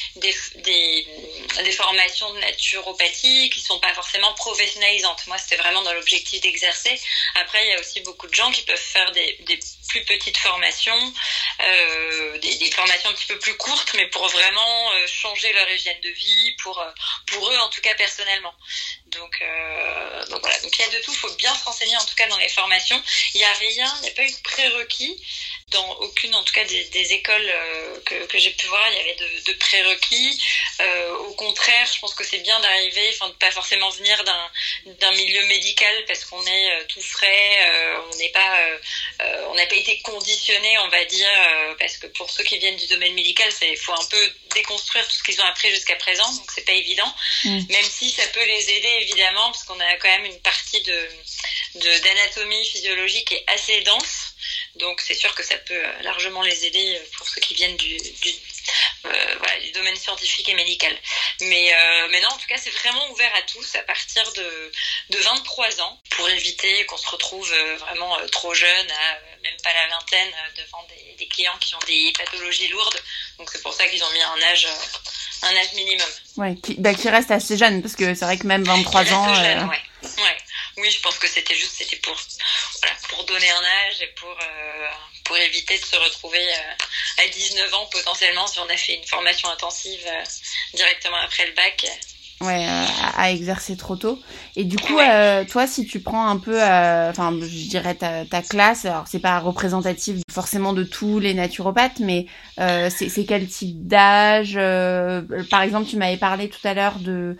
des formations de naturopathie qui sont pas forcément professionnalisantes. Moi c'était vraiment dans l'objectif d'exercer. Après il y a aussi beaucoup de gens qui peuvent faire des plus petites formations, des formations un petit peu plus courtes, mais pour vraiment changer leur hygiène de vie, pour eux en tout cas personnellement. Donc voilà, donc il y a de tout, il faut bien se renseigner en tout cas dans les formations. Il n'y a pas eu de prérequis dans aucune en tout cas des écoles que j'ai pu voir. Il y avait de prérequis. Au contraire, je pense que c'est bien d'arriver, de pas forcément venir d'un milieu médical, parce qu'on est tout frais, on n'a pas été conditionné, on va dire, parce que pour ceux qui viennent du domaine médical, il faut un peu déconstruire tout ce qu'ils ont appris jusqu'à présent, donc c'est pas évident. Même si ça peut les aider évidemment, parce qu'on a quand même une partie d'anatomie physiologique qui est assez dense. Donc c'est sûr que ça peut largement les aider pour ceux qui viennent du domaine scientifique et médical. Mais non, en tout cas, c'est vraiment ouvert à tous à partir de 23 ans, pour éviter qu'on se retrouve vraiment trop jeune, même pas la vingtaine, devant des clients qui ont des pathologies lourdes. Donc c'est pour ça qu'ils ont mis un âge minimum. Ouais, qui reste assez jeune, parce que c'est vrai que même 23 ans... Jeune, ouais. Oui, je pense que c'était pour donner un âge, et pour éviter de se retrouver à 19 ans potentiellement, si on a fait une formation intensive directement après le bac, à exercer trop tôt. Et du coup, toi, si tu prends un peu, je dirais ta classe, alors c'est pas représentatif forcément de tous les naturopathes, mais c'est quel type d'âge par exemple, tu m'avais parlé tout à l'heure de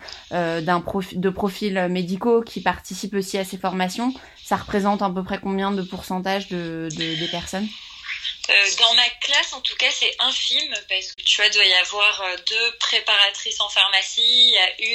profils médicaux qui participent aussi à ces formations. Ça représente à peu près combien de pourcentage des personnes? Dans ma classe, en tout cas, c'est infime parce que tu vois, doit y avoir 2 préparatrices en pharmacie, il y a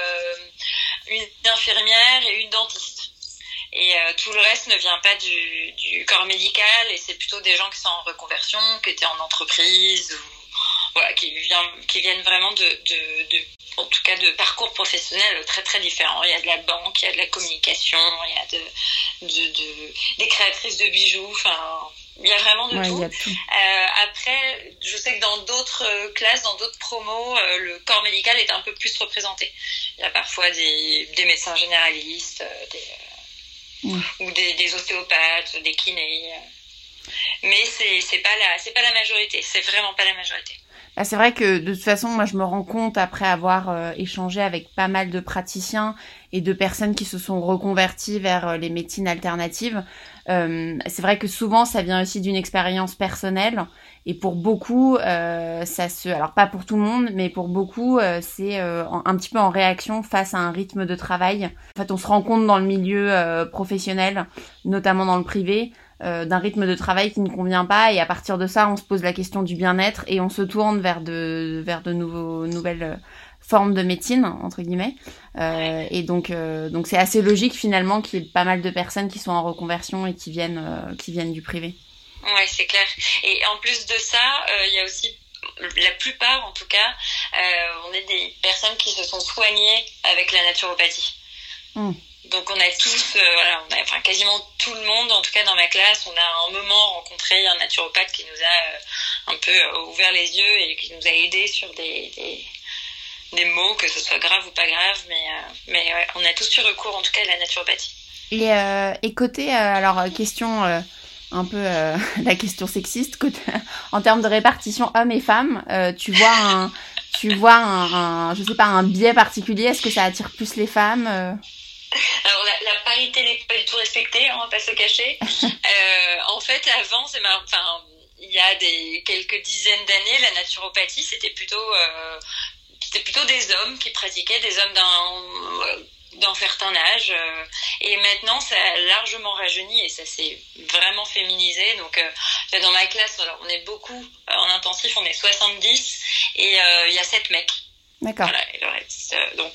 une infirmière et une dentiste. Et tout le reste ne vient pas du corps médical et c'est plutôt des gens qui sont en reconversion, qui étaient en entreprise ou voilà, qui viennent vraiment en tout cas de parcours professionnels très très différents. Il y a de la banque, il y a de la communication, il y a des créatrices de bijoux, enfin il y a vraiment de tout. Il y a tout. Après, je sais que dans d'autres classes, dans d'autres promos, le corps médical est un peu plus représenté. Il y a parfois des médecins généralistes, ou des ostéopathes, des kinés. Mais c'est pas la majorité. C'est vraiment pas la majorité. Bah, c'est vrai que de toute façon, moi je me rends compte après avoir échangé avec pas mal de praticiens et de personnes qui se sont reconverties vers les médecines alternatives. C'est vrai que souvent ça vient aussi d'une expérience personnelle et pour beaucoup alors pas pour tout le monde, mais pour beaucoup c'est un petit peu en réaction face à un rythme de travail. En fait, on se rend compte dans le milieu professionnel, notamment dans le privé, d'un rythme de travail qui ne convient pas et à partir de ça on se pose la question du bien-être et on se tourne vers de nouvelles formes de médecine entre guillemets et donc c'est assez logique finalement qu'il y ait pas mal de personnes qui sont en reconversion et qui viennent du privé. Ouais, c'est clair. Et en plus de ça, il y a aussi la plupart en tout cas on est des personnes qui se sont soignées avec la naturopathie. Donc on a tous, quasiment tout le monde, en tout cas dans ma classe, on a à un moment rencontré un naturopathe qui nous a un peu ouvert les yeux et qui nous a aidés sur des mots, que ce soit grave ou pas grave, mais ouais, on a tous eu recours en tout cas à la naturopathie. Et côté, alors question un peu la question sexiste, en termes de répartition hommes et femmes, tu vois un je sais pas, un biais particulier? Est-ce que ça attire plus les femmes Alors la parité n'est pas du tout respectée, on va pas se le cacher. En fait, avant, il y a quelques dizaines d'années, la naturopathie c'était plutôt des hommes qui pratiquaient, des hommes d'un certain âge, et maintenant ça a largement rajeuni et ça s'est vraiment féminisé. Donc dans ma classe, alors, on est beaucoup en intensif, on est 70 et il y a 7 mecs. D'accord. Voilà, et le reste,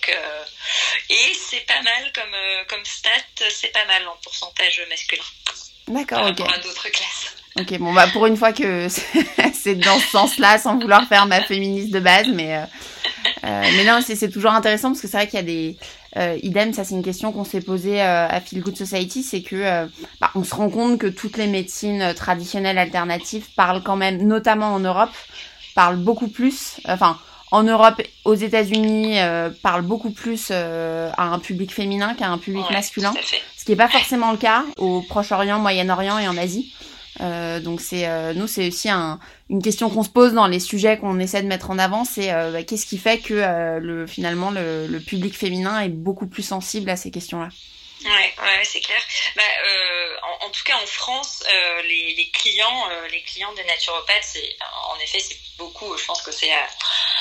et c'est pas mal comme stat, c'est pas mal en pourcentage masculin. D'accord, par ok. rapport à d'autres classes. Ok, bon bah pour une fois que c'est dans ce sens-là, sans vouloir faire ma féministe de base, mais non, c'est toujours intéressant parce que c'est vrai qu'il y a des idem, ça c'est une question qu'on s'est posée à Feel Good Society, c'est que on se rend compte que toutes les médecines traditionnelles alternatives parlent quand même, notamment en Europe, parlent beaucoup plus, en Europe, aux États-Unis, parlent beaucoup plus à un public féminin qu'à un public masculin, ce qui n'est pas forcément le cas au Proche-Orient, Moyen-Orient et en Asie. Donc nous c'est aussi une question qu'on se pose dans les sujets qu'on essaie de mettre en avant, c'est qu'est-ce qui fait que finalement le public féminin est beaucoup plus sensible à ces questions-là. Ouais, c'est clair. En tout cas en France, les clients des naturopathes, en effet c'est beaucoup. Je pense que c'est à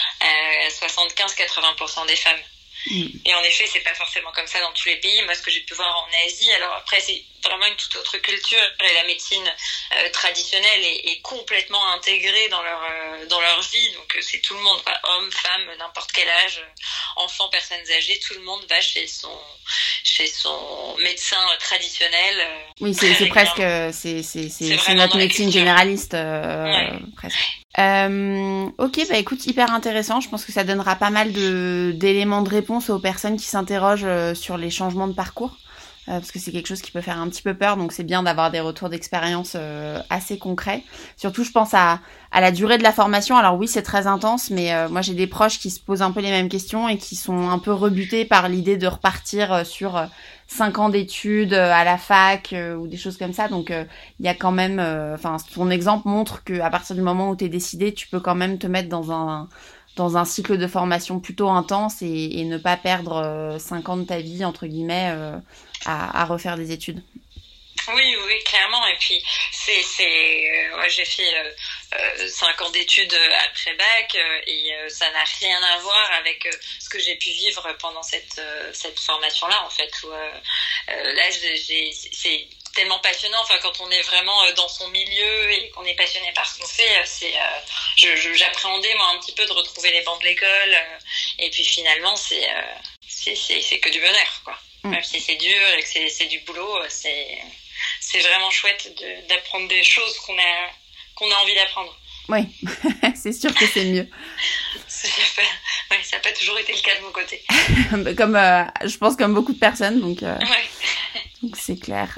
75-80% des femmes. Et en effet, c'est pas forcément comme ça dans tous les pays. Moi, ce que j'ai pu voir en Asie, alors après, c'est vraiment une toute autre culture. Et la médecine traditionnelle est complètement intégrée dans leur vie. Donc, c'est tout le monde, quoi. Hommes, femmes, n'importe quel âge, enfants, personnes âgées, tout le monde va chez son médecin traditionnel. Oui, c'est presque, c'est notre médecine généraliste, presque. Ok, écoute, hyper intéressant. Je pense que ça donnera pas mal d'éléments de réponse aux personnes qui s'interrogent sur les changements de parcours, parce que c'est quelque chose qui peut faire un petit peu peur. Donc c'est bien d'avoir des retours d'expérience assez concrets. Surtout, je pense à la durée de la formation. Alors oui, c'est très intense, mais moi j'ai des proches qui se posent un peu les mêmes questions et qui sont un peu rebutés par l'idée de repartir sur 5 ans d'études à la fac ou des choses comme ça. Donc il y a quand même ton exemple montre que à partir du moment où t'es décidé, tu peux quand même te mettre dans dans un cycle de formation plutôt intense et ne pas perdre 5 ans de ta vie, entre guillemets, à refaire des études. Oui, clairement. Et puis, ouais, j'ai fait 5 ans d'études après bac et ça n'a rien à voir avec ce que j'ai pu vivre pendant cette formation-là, en fait. Où, là, c'est tellement passionnant. Enfin, quand on est vraiment dans son milieu et qu'on est passionné par ce qu'on fait, j'appréhendais moi un petit peu de retrouver les bancs de l'école. Et puis finalement, c'est que du bonheur, quoi. Même si c'est dur et que c'est du boulot, c'est vraiment chouette d'apprendre des choses qu'on a envie d'apprendre. Oui, c'est sûr que c'est mieux. Ça n'a pas toujours été le cas de mon côté. Comme, je pense comme beaucoup de personnes, donc donc c'est clair.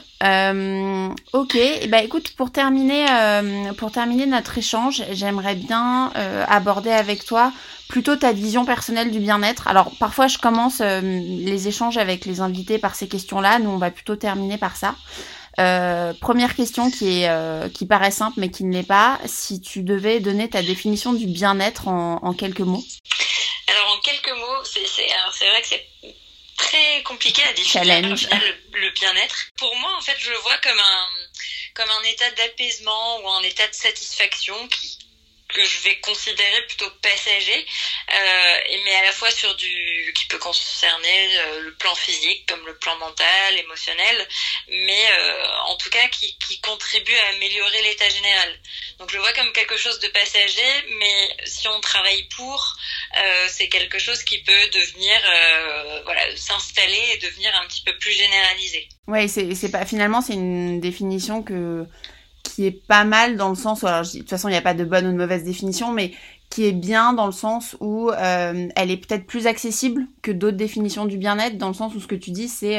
Ok, écoute, pour terminer notre échange, j'aimerais bien aborder avec toi plutôt ta vision personnelle du bien-être. Alors parfois je commence les échanges avec les invités par ces questions-là, nous on va plutôt terminer par ça. Première question qui paraît simple mais qui ne l'est pas. Si tu devais donner ta définition du bien-être en quelques mots. Alors en quelques mots, c'est vrai que c'est très compliqué à définir au final, le bien-être. Pour moi, en fait, je le vois comme un état d'apaisement ou un état de satisfaction que je vais considérer plutôt passager, mais à la fois qui peut concerner le plan physique comme le plan mental, émotionnel, mais en tout cas qui contribue à améliorer l'état général. Donc je le vois comme quelque chose de passager, mais si on travaille pour, c'est quelque chose qui peut devenir s'installer et devenir un petit peu plus généralisé. Ouais, c'est pas finalement c'est une définition qui est pas mal dans le sens où, alors de toute façon il n'y a pas de bonne ou de mauvaise définition, mais qui est bien dans le sens où elle est peut-être plus accessible que d'autres définitions du bien-être, dans le sens où ce que tu dis c'est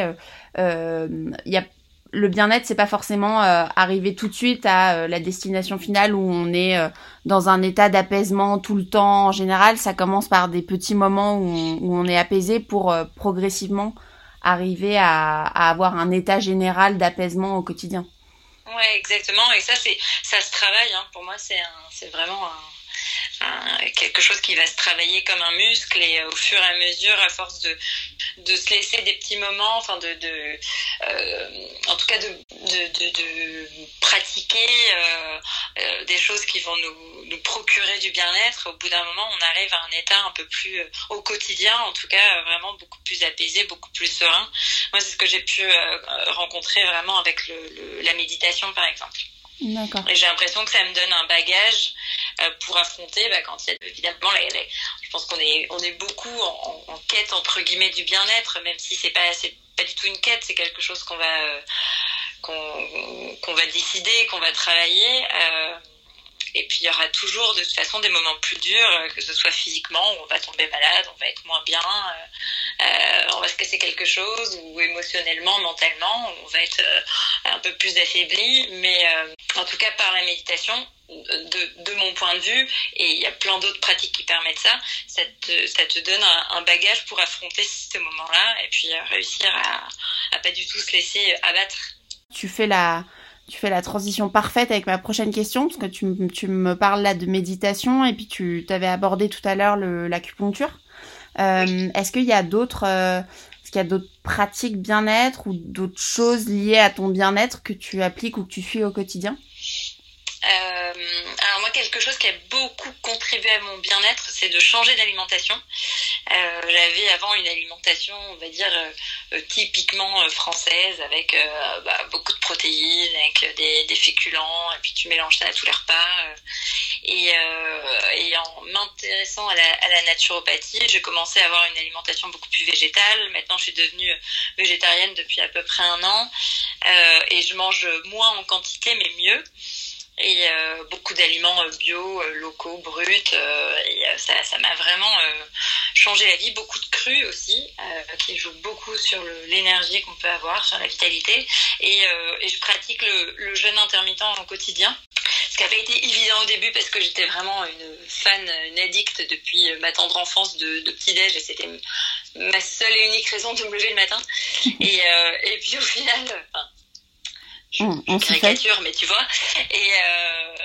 le bien-être, c'est pas forcément arriver tout de suite à la destination finale où on est dans un état d'apaisement tout le temps. En général, ça commence par des petits moments où on est apaisé pour progressivement arriver à avoir un état général d'apaisement au quotidien. Ouais, exactement. Et ça se travaille. Hein. Pour moi, c'est vraiment quelque chose qui va se travailler comme un muscle et au fur et à mesure, à force de se laisser des petits moments, enfin en tout cas de pratiquer des choses qui vont nous procurer du bien-être. Au bout d'un moment, on arrive à un état un peu plus au quotidien, en tout cas vraiment beaucoup plus apaisé, beaucoup plus serein. Moi, c'est ce que j'ai pu rencontrer vraiment avec la méditation, par exemple. D'accord. Et j'ai l'impression que ça me donne un bagage pour affronter quand il y a évidemment je pense qu'on est beaucoup en quête entre guillemets du bien-être, même si c'est pas du tout une quête, c'est quelque chose qu'on va décider, qu'on va travailler. Et puis il y aura toujours de toute façon des moments plus durs, que ce soit physiquement où on va tomber malade, on va être moins bien, on va se casser quelque chose, ou émotionnellement, mentalement, on va être un peu plus affaibli. Mais en tout cas par la méditation, de mon point de vue, et il y a plein d'autres pratiques qui permettent ça te donne un bagage pour affronter ce moment-là et puis réussir à pas du tout se laisser abattre. Tu fais la transition parfaite avec ma prochaine question, parce que tu me parles là de méditation et puis tu t'avais abordé tout à l'heure l'acupuncture. Oui. Est-ce qu'il y a d'autres pratiques bien-être ou d'autres choses liées à ton bien-être que tu appliques ou que tu suis au quotidien ? Alors moi, quelque chose qui a beaucoup contribué à mon bien-être, c'est de changer d'alimentation. J'avais avant une alimentation, on va dire, typiquement française, avec beaucoup de protéines, avec des féculents, et puis tu mélanges ça à tous les repas. Et en m'intéressant à la naturopathie, j'ai commencé à avoir une alimentation beaucoup plus végétale. Maintenant, je suis devenue végétarienne depuis à peu près 1 an. Et je mange moins en quantité, mais mieux. Et beaucoup d'aliments bio, locaux, bruts, et ça m'a vraiment changé la vie. Beaucoup de crus aussi, qui jouent beaucoup sur l'énergie qu'on peut avoir, sur la vitalité. Et je pratique le jeûne intermittent au quotidien, ce qui n'a pas été évident au début parce que j'étais vraiment une addict depuis ma tendre enfance de petit-déj, et c'était ma seule et unique raison de me lever le matin. Et puis au final... Je caricature, mais tu vois.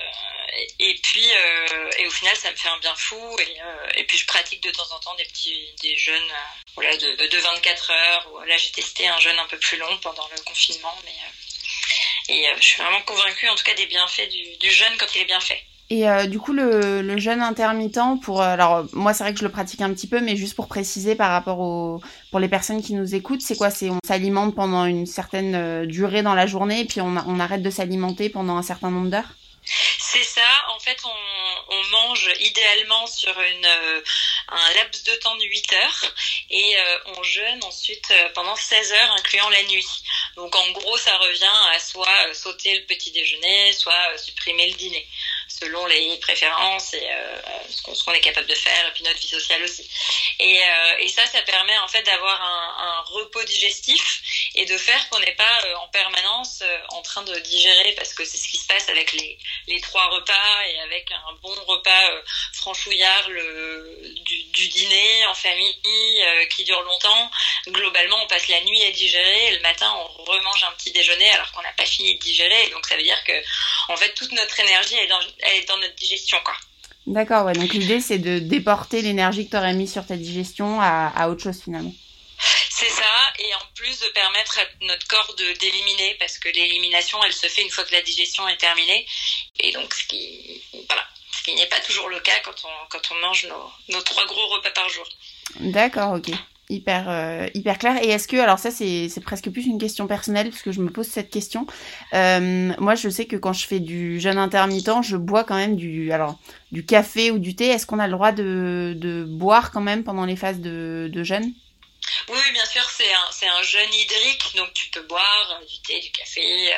et puis et au final ça me fait un bien fou et puis je pratique de temps en temps des jeûnes voilà de 24 heures. Là j'ai testé un jeûne un peu plus long pendant le confinement, mais je suis vraiment convaincue en tout cas des bienfaits du jeûne quand il est bien fait. Et du coup, le jeûne intermittent, alors moi c'est vrai que je le pratique un petit peu, mais juste pour préciser par rapport pour les personnes qui nous écoutent, c'est quoi? C'est on s'alimente pendant une certaine durée dans la journée, et puis on arrête de s'alimenter pendant un certain nombre d'heures? C'est ça. En fait, on mange idéalement sur un laps de temps de 8 heures et on jeûne ensuite pendant 16 heures, incluant la nuit. Donc en gros, ça revient à soit sauter le petit déjeuner, soit supprimer le dîner, selon les préférences et ce qu'on est capable de faire, et puis notre vie sociale aussi. Et ça permet en fait d'avoir un repos digestif et de faire qu'on n'est pas en permanence en train de digérer, parce que c'est ce qui se passe avec les 3 repas et avec un bon repas franchouillard du dîner en famille qui dure longtemps. Globalement, on passe la nuit à digérer et le matin, on remange un petit déjeuner alors qu'on n'a pas fini de digérer. Et donc, ça veut dire que en fait, toute notre énergie elle est dans notre digestion, quoi. D'accord, ouais. Donc, l'idée, c'est de déporter l'énergie que tu aurais mise sur ta digestion à autre chose, finalement. C'est ça, et en plus de permettre à notre corps d'éliminer, parce que l'élimination, elle se fait une fois que la digestion est terminée. Et donc, ce qui n'est pas toujours le cas quand on mange nos 3 gros repas par jour. D'accord, ok. Hyper clair. Et est-ce que, alors ça c'est presque plus une question personnelle parce que je me pose cette question. Moi je sais que quand je fais du jeûne intermittent, je bois quand même du café ou du thé. Est-ce qu'on a le droit de boire quand même pendant les phases de jeûne? Oui, bien sûr, c'est un jeûne hydrique, donc tu peux boire du thé, du café,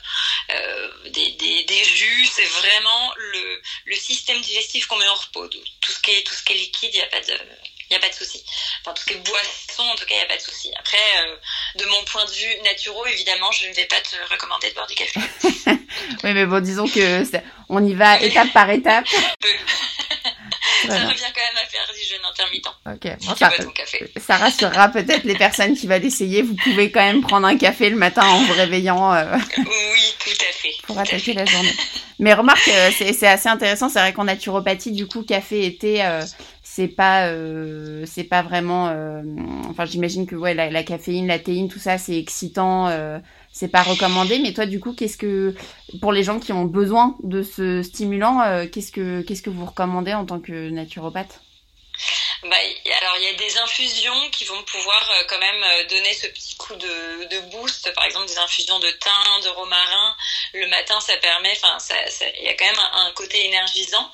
des jus. C'est vraiment le système digestif qu'on met en repos. Tout ce qui est liquide, il y a pas de souci. Enfin, tout ce qui est boisson, en tout cas, il y a pas de souci. Après, de mon point de vue naturel, évidemment, je ne vais pas te recommander de boire du café. Oui, mais bon, disons que on y va étape par étape. Ça revient quand même à faire du jeûne intermittent. Ok, bon, ça rassurera peut-être les personnes qui vont essayer. Vous pouvez quand même prendre un café le matin en vous réveillant. Oui, tout à fait. Pour attaquer la journée. Mais remarque, c'est assez intéressant. C'est vrai qu'en naturopathie, du coup, café et thé, c'est pas vraiment. Enfin, j'imagine que ouais, la caféine, la théine, tout ça, c'est excitant. C'est pas recommandé, mais toi, du coup, pour les gens qui ont besoin de ce stimulant, qu'est-ce que vous recommandez en tant que naturopathe? Alors, il y a des infusions qui vont pouvoir quand même donner ce petit coup de boost. Par exemple, des infusions de thym, de romarin. Le matin, ça permet, il y a quand même un côté énergisant.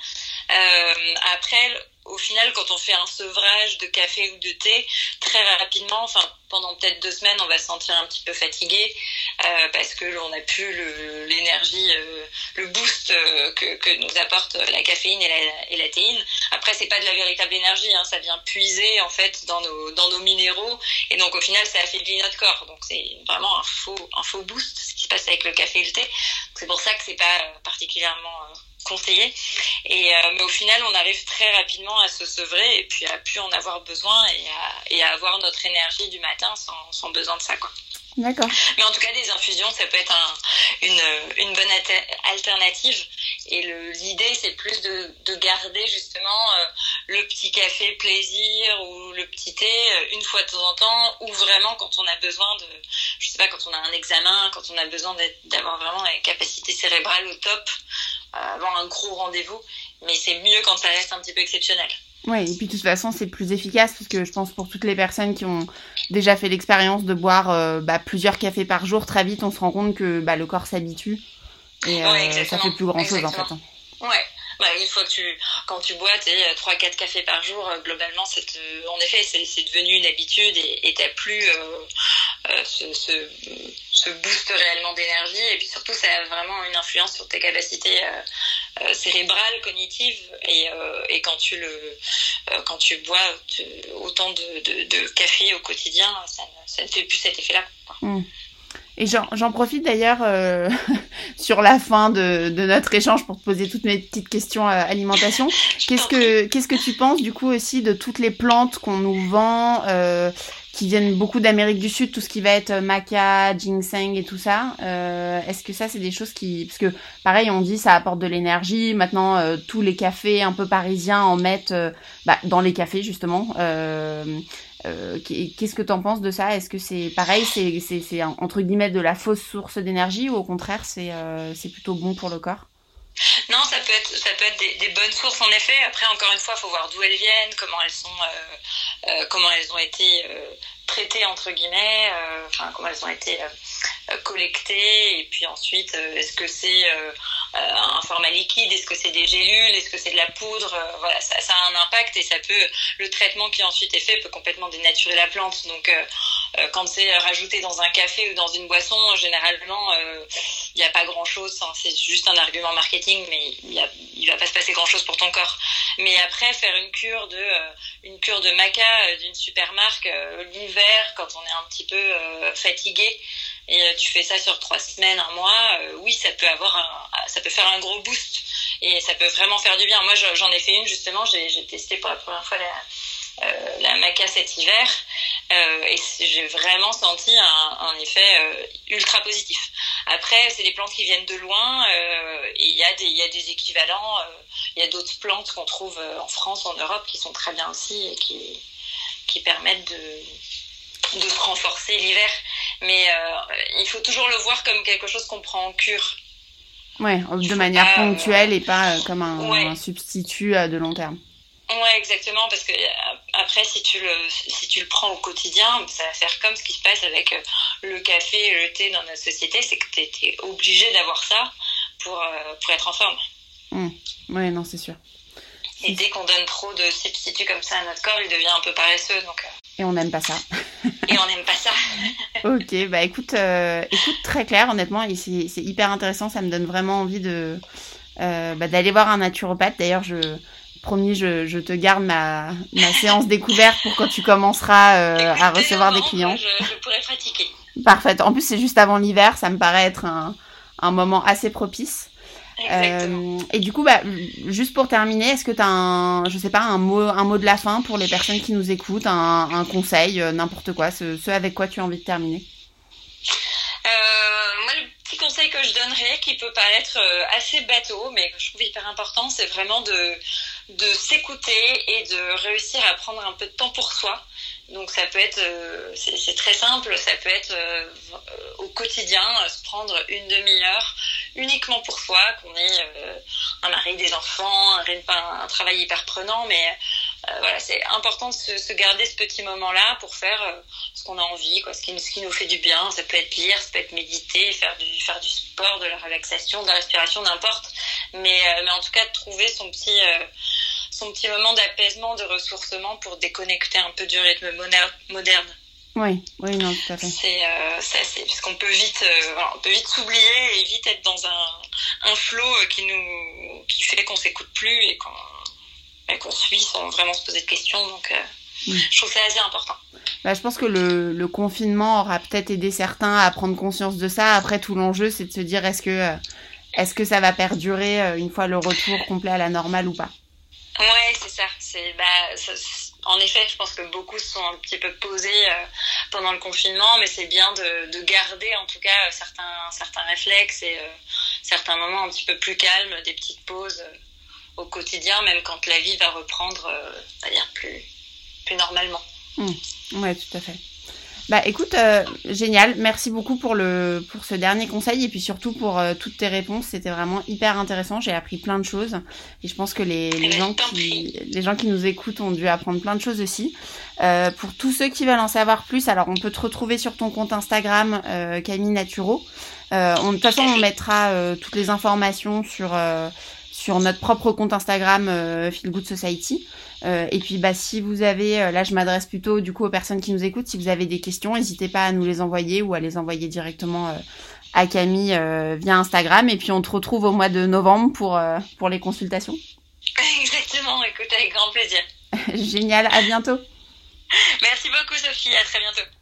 Après, au final, quand on fait un sevrage de café ou de thé, très rapidement, pendant peut-être 2 semaines, on va se sentir un petit peu fatigué parce que on n'a plus l'énergie, le boost que nous apporte la caféine et la théine. Après, c'est pas de la véritable énergie, hein, ça vient puiser en fait dans nos minéraux et donc au final, ça affaiblit notre corps. Donc c'est vraiment un faux boost ce qui se passe avec le café et le thé. C'est pour ça que c'est pas particulièrement conseillé. Mais au final, on arrive très rapidement à se sevrer et puis à plus en avoir besoin et à avoir notre énergie du matin sans besoin de ça, quoi. D'accord. Mais en tout cas, des infusions, ça peut être une bonne alternative. Et l'idée, c'est plus de garder justement le petit café plaisir ou le petit thé une fois de temps en temps, ou vraiment quand on a besoin je sais pas, quand on a un examen, quand on a besoin d'avoir vraiment la capacité cérébrale au top, avoir un gros rendez-vous. Mais c'est mieux quand ça reste un petit peu exceptionnel. Ouais, et puis de toute façon, c'est plus efficace parce que je pense pour toutes les personnes qui ont déjà fait l'expérience de boire plusieurs cafés par jour, très vite, on se rend compte que le corps s'habitue et ça fait plus grand-chose en fait. Ouais. Une fois quand tu bois 3-4 cafés par jour, globalement, en effet, c'est devenu une habitude et t'as plus ce boost réellement d'énergie, et puis surtout, ça a vraiment une influence sur tes capacités cérébrales, cognitives, et quand tu bois autant de café au quotidien, ça ne fait plus cet effet-là, quoi. Et j'en profite d'ailleurs sur la fin de notre échange pour te poser toutes mes petites questions alimentation. Qu'est-ce que tu penses du coup aussi de toutes les plantes qu'on nous vend qui viennent beaucoup d'Amérique du Sud, tout ce qui va être maca, ginseng et tout ça. Est-ce que ça, c'est des choses parce que pareil, on dit ça apporte de l'énergie. Maintenant, tous les cafés un peu parisiens en mettent dans les cafés justement. Qu'est-ce que t'en penses de ça? Est-ce que c'est pareil, c'est entre guillemets de la fausse source d'énergie, ou au contraire c'est plutôt bon pour le corps? Non, ça peut être des bonnes sources en effet. Après, encore une fois, il faut voir d'où elles viennent, comment elles ont été traitées entre guillemets, comment elles ont été collectées, et puis ensuite, est-ce que c'est un format liquide, est-ce que c'est des gélules, est-ce que c'est de la poudre, voilà, ça a un impact, et le traitement qui ensuite est fait peut complètement dénaturer la plante. Donc quand c'est rajouté dans un café ou dans une boisson, généralement il n'y a pas grand chose, hein, c'est juste un argument marketing, mais il va pas se passer grand chose pour ton corps. Mais après, faire une cure de maca d'une super marque l'hiver, quand on est un petit peu fatigué, et tu fais ça sur 3 semaines, 1 mois, oui, ça peut faire un gros boost, et ça peut vraiment faire du bien. Moi, j'en ai fait une justement, j'ai testé pour la première fois la maca cet hiver, et j'ai vraiment senti un effet ultra positif. Après, c'est des plantes qui viennent de loin, et il y a des équivalents, il y a d'autres plantes qu'on trouve en France, en Europe, qui sont très bien aussi, et qui permettent de se renforcer l'hiver. Mais il faut toujours le voir comme quelque chose qu'on prend en cure. Ouais, de manière ponctuelle, et pas comme un substitut de long terme. Ouais, exactement, parce que après, si tu le prends au quotidien, ça va faire comme ce qui se passe avec le café et le thé dans notre société, c'est que t'es obligé d'avoir ça pour être en forme. Ouais, non, c'est sûr. Et dès qu'on donne trop de substituts comme ça à notre corps, il devient un peu paresseux, donc. Et on n'aime pas ça. Et on n'aime pas ça. Ok, écoute, très clair, honnêtement, et c'est hyper intéressant, ça me donne vraiment envie d'aller voir un naturopathe. D'ailleurs, promis, je te garde ma séance découverte pour quand tu commenceras à recevoir des clients. Je pourrais pratiquer. Parfait. En plus, c'est juste avant l'hiver, ça me paraît être un moment assez propice. Et du coup, juste pour terminer, est-ce que tu as un mot de la fin pour les personnes qui nous écoutent, un conseil, n'importe quoi, ce avec quoi tu as envie de terminer? Moi, le petit conseil que je donnerais, qui peut paraître assez bateau, mais que je trouve hyper important, c'est vraiment de s'écouter et de réussir à prendre un peu de temps pour soi. Donc ça peut être, c'est très simple, ça peut être au quotidien, se prendre une demi-heure uniquement pour soi, qu'on ait un mari, des enfants, un travail hyper prenant, mais voilà, c'est important de se garder ce petit moment-là pour faire ce qu'on a envie, quoi, ce qui nous fait du bien. Ça peut être lire, ça peut être méditer, faire du sport, de la relaxation, de la respiration, n'importe. Mais en tout cas, de trouver son petit moment d'apaisement, de ressourcement pour déconnecter un peu du rythme moderne. Oui, non, tout à fait. C'est parce qu'on peut vite s'oublier et vite être dans un flow qui fait qu'on s'écoute plus et qu'on suit sans vraiment se poser de questions. Donc, je trouve ça assez important. Je pense que le confinement aura peut-être aidé certains à prendre conscience de ça. Après, tout l'enjeu, c'est de se dire est-ce que ça va perdurer une fois le retour complet à la normale ou pas? Ouais, c'est ça. En effet, je pense que beaucoup se sont un petit peu posés pendant le confinement, mais c'est bien de garder en tout cas certains réflexes et certains moments un petit peu plus calmes, des petites pauses au quotidien, même quand la vie va reprendre, c'est-à-dire plus normalement. Ouais, tout à fait. Écoute, génial. Merci beaucoup pour ce dernier conseil, et puis surtout pour toutes tes réponses. C'était vraiment hyper intéressant. J'ai appris plein de choses, et je pense que les gens qui nous écoutent ont dû apprendre plein de choses aussi. Pour tous ceux qui veulent en savoir plus, alors on peut te retrouver sur ton compte Instagram, Camille Naturo. De toute façon, on mettra toutes les informations sur notre propre compte Instagram, Feel Good Society. Et puis si vous avez, là je m'adresse plutôt du coup aux personnes qui nous écoutent, si vous avez des questions, n'hésitez pas à nous les envoyer ou à les envoyer directement à Camille via Instagram, et puis on te retrouve au mois de novembre pour les consultations. Exactement, écoute, avec grand plaisir. Génial, à bientôt. Merci beaucoup Sophie, à très bientôt.